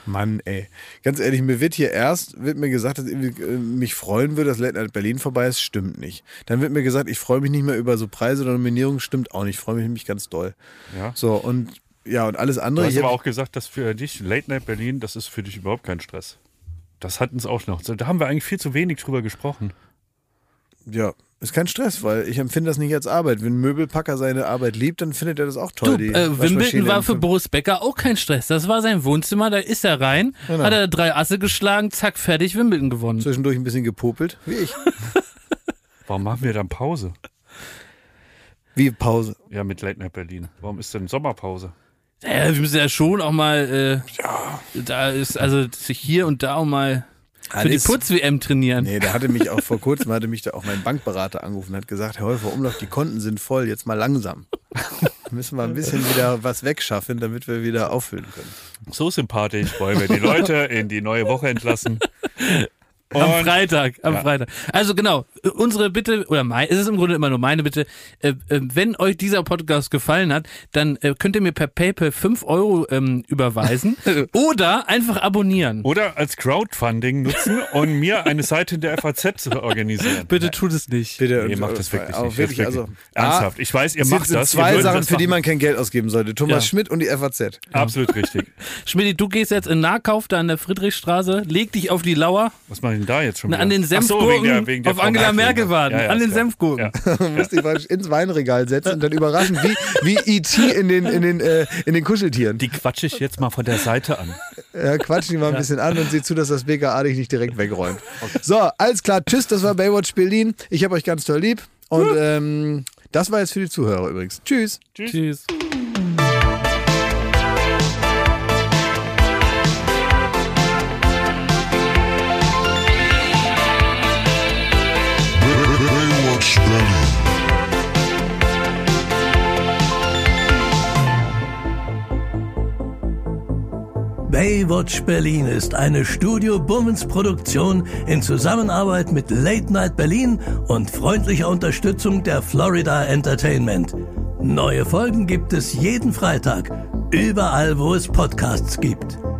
Mann, ey. Ganz ehrlich, mir wird hier erst, wird mir gesagt, dass ich mich freuen würde, dass Late Night Berlin vorbei ist. Stimmt nicht. Dann wird mir gesagt, ich freue mich nicht mehr über so Preise oder Nominierungen. Stimmt auch nicht. Ich freue mich nämlich ganz doll. Ja. So, und ja, und alles andere. Du hast hier, aber auch gesagt, dass für dich Late Night Berlin, das ist für dich überhaupt kein Stress. Das hatten es auch noch. Da haben wir eigentlich viel zu wenig drüber gesprochen. Ja, ist kein Stress, weil ich empfinde das nicht als Arbeit. Wenn ein Möbelpacker seine Arbeit liebt, dann findet er das auch toll. Du, die äh, Wimbledon Waschmaschine war im für Film. Boris Becker auch kein Stress. Das war sein Wohnzimmer, da ist er rein, Genau. hat er drei Asse geschlagen, zack, fertig, Wimbledon gewonnen. Zwischendurch ein bisschen gepopelt, wie ich. Warum machen wir dann Pause? Wie Pause. Ja, mit Late Night Berlin. Warum ist denn Sommerpause? Ja, wir müssen ja schon auch mal, äh, ja. da ist, also sich hier und da auch mal für die Alles- Putz-W M trainieren. Nee, da hatte mich auch vor kurzem, hatte mich da auch mein Bankberater angerufen und hat gesagt, Herr Häufer, Umlauf, die Konten sind voll, jetzt mal langsam. Müssen wir ein bisschen wieder was wegschaffen, damit wir wieder auffüllen können. So sympathisch wollen wir die Leute in die neue Woche entlassen. Am Und- Freitag, am Ja. Freitag. Also genau, unsere Bitte, oder mein, es ist im Grunde immer nur meine Bitte, äh, äh, wenn euch dieser Podcast gefallen hat, dann äh, könnt ihr mir per PayPal fünf Euro ähm, überweisen oder einfach abonnieren. Oder als Crowdfunding nutzen und mir eine Seite in der F A Z zu organisieren. Bitte tut es nicht. Bitte, Ihr und- macht das wirklich aber nicht. wirklich, Das also, wirklich. Ernsthaft. Ich weiß, ihr es macht sind das. zwei ihr würdet Sachen, das für die machen. man kein Geld ausgeben sollte. Thomas Ja. Schmidt und die F A Z. Absolut richtig. Schmidti, du gehst jetzt in Nahkauf da an der Friedrichstraße, leg dich auf die Lauer, Was mache ich denn da jetzt schon na, wieder? an den Ach so, wegen Senfgurken der- wegen der auf Frau Angela Merkel warten, Ja, ja, an den ist klar. Senfgurken. Ja. Man muss die praktisch ins Weinregal setzen und dann überraschen, wie, wie E T in den, in den, äh, in den Kuscheltieren. Die quatsche ich jetzt mal von der Seite an. Ja, quatschen die mal ein bisschen an und seht zu, dass das B K A dich nicht direkt wegräumt. So, alles klar. Tschüss, das war Baywatch Berlin. Ich habe euch ganz toll lieb. Und ähm, das war jetzt für die Zuhörer übrigens. Tschüss. Tschüss. Baywatch Berlin. Baywatch Berlin ist eine Studio Bummens Produktion in Zusammenarbeit mit Late Night Berlin und freundlicher Unterstützung der Florida Entertainment. Neue Folgen gibt es jeden Freitag, überall wo es Podcasts gibt.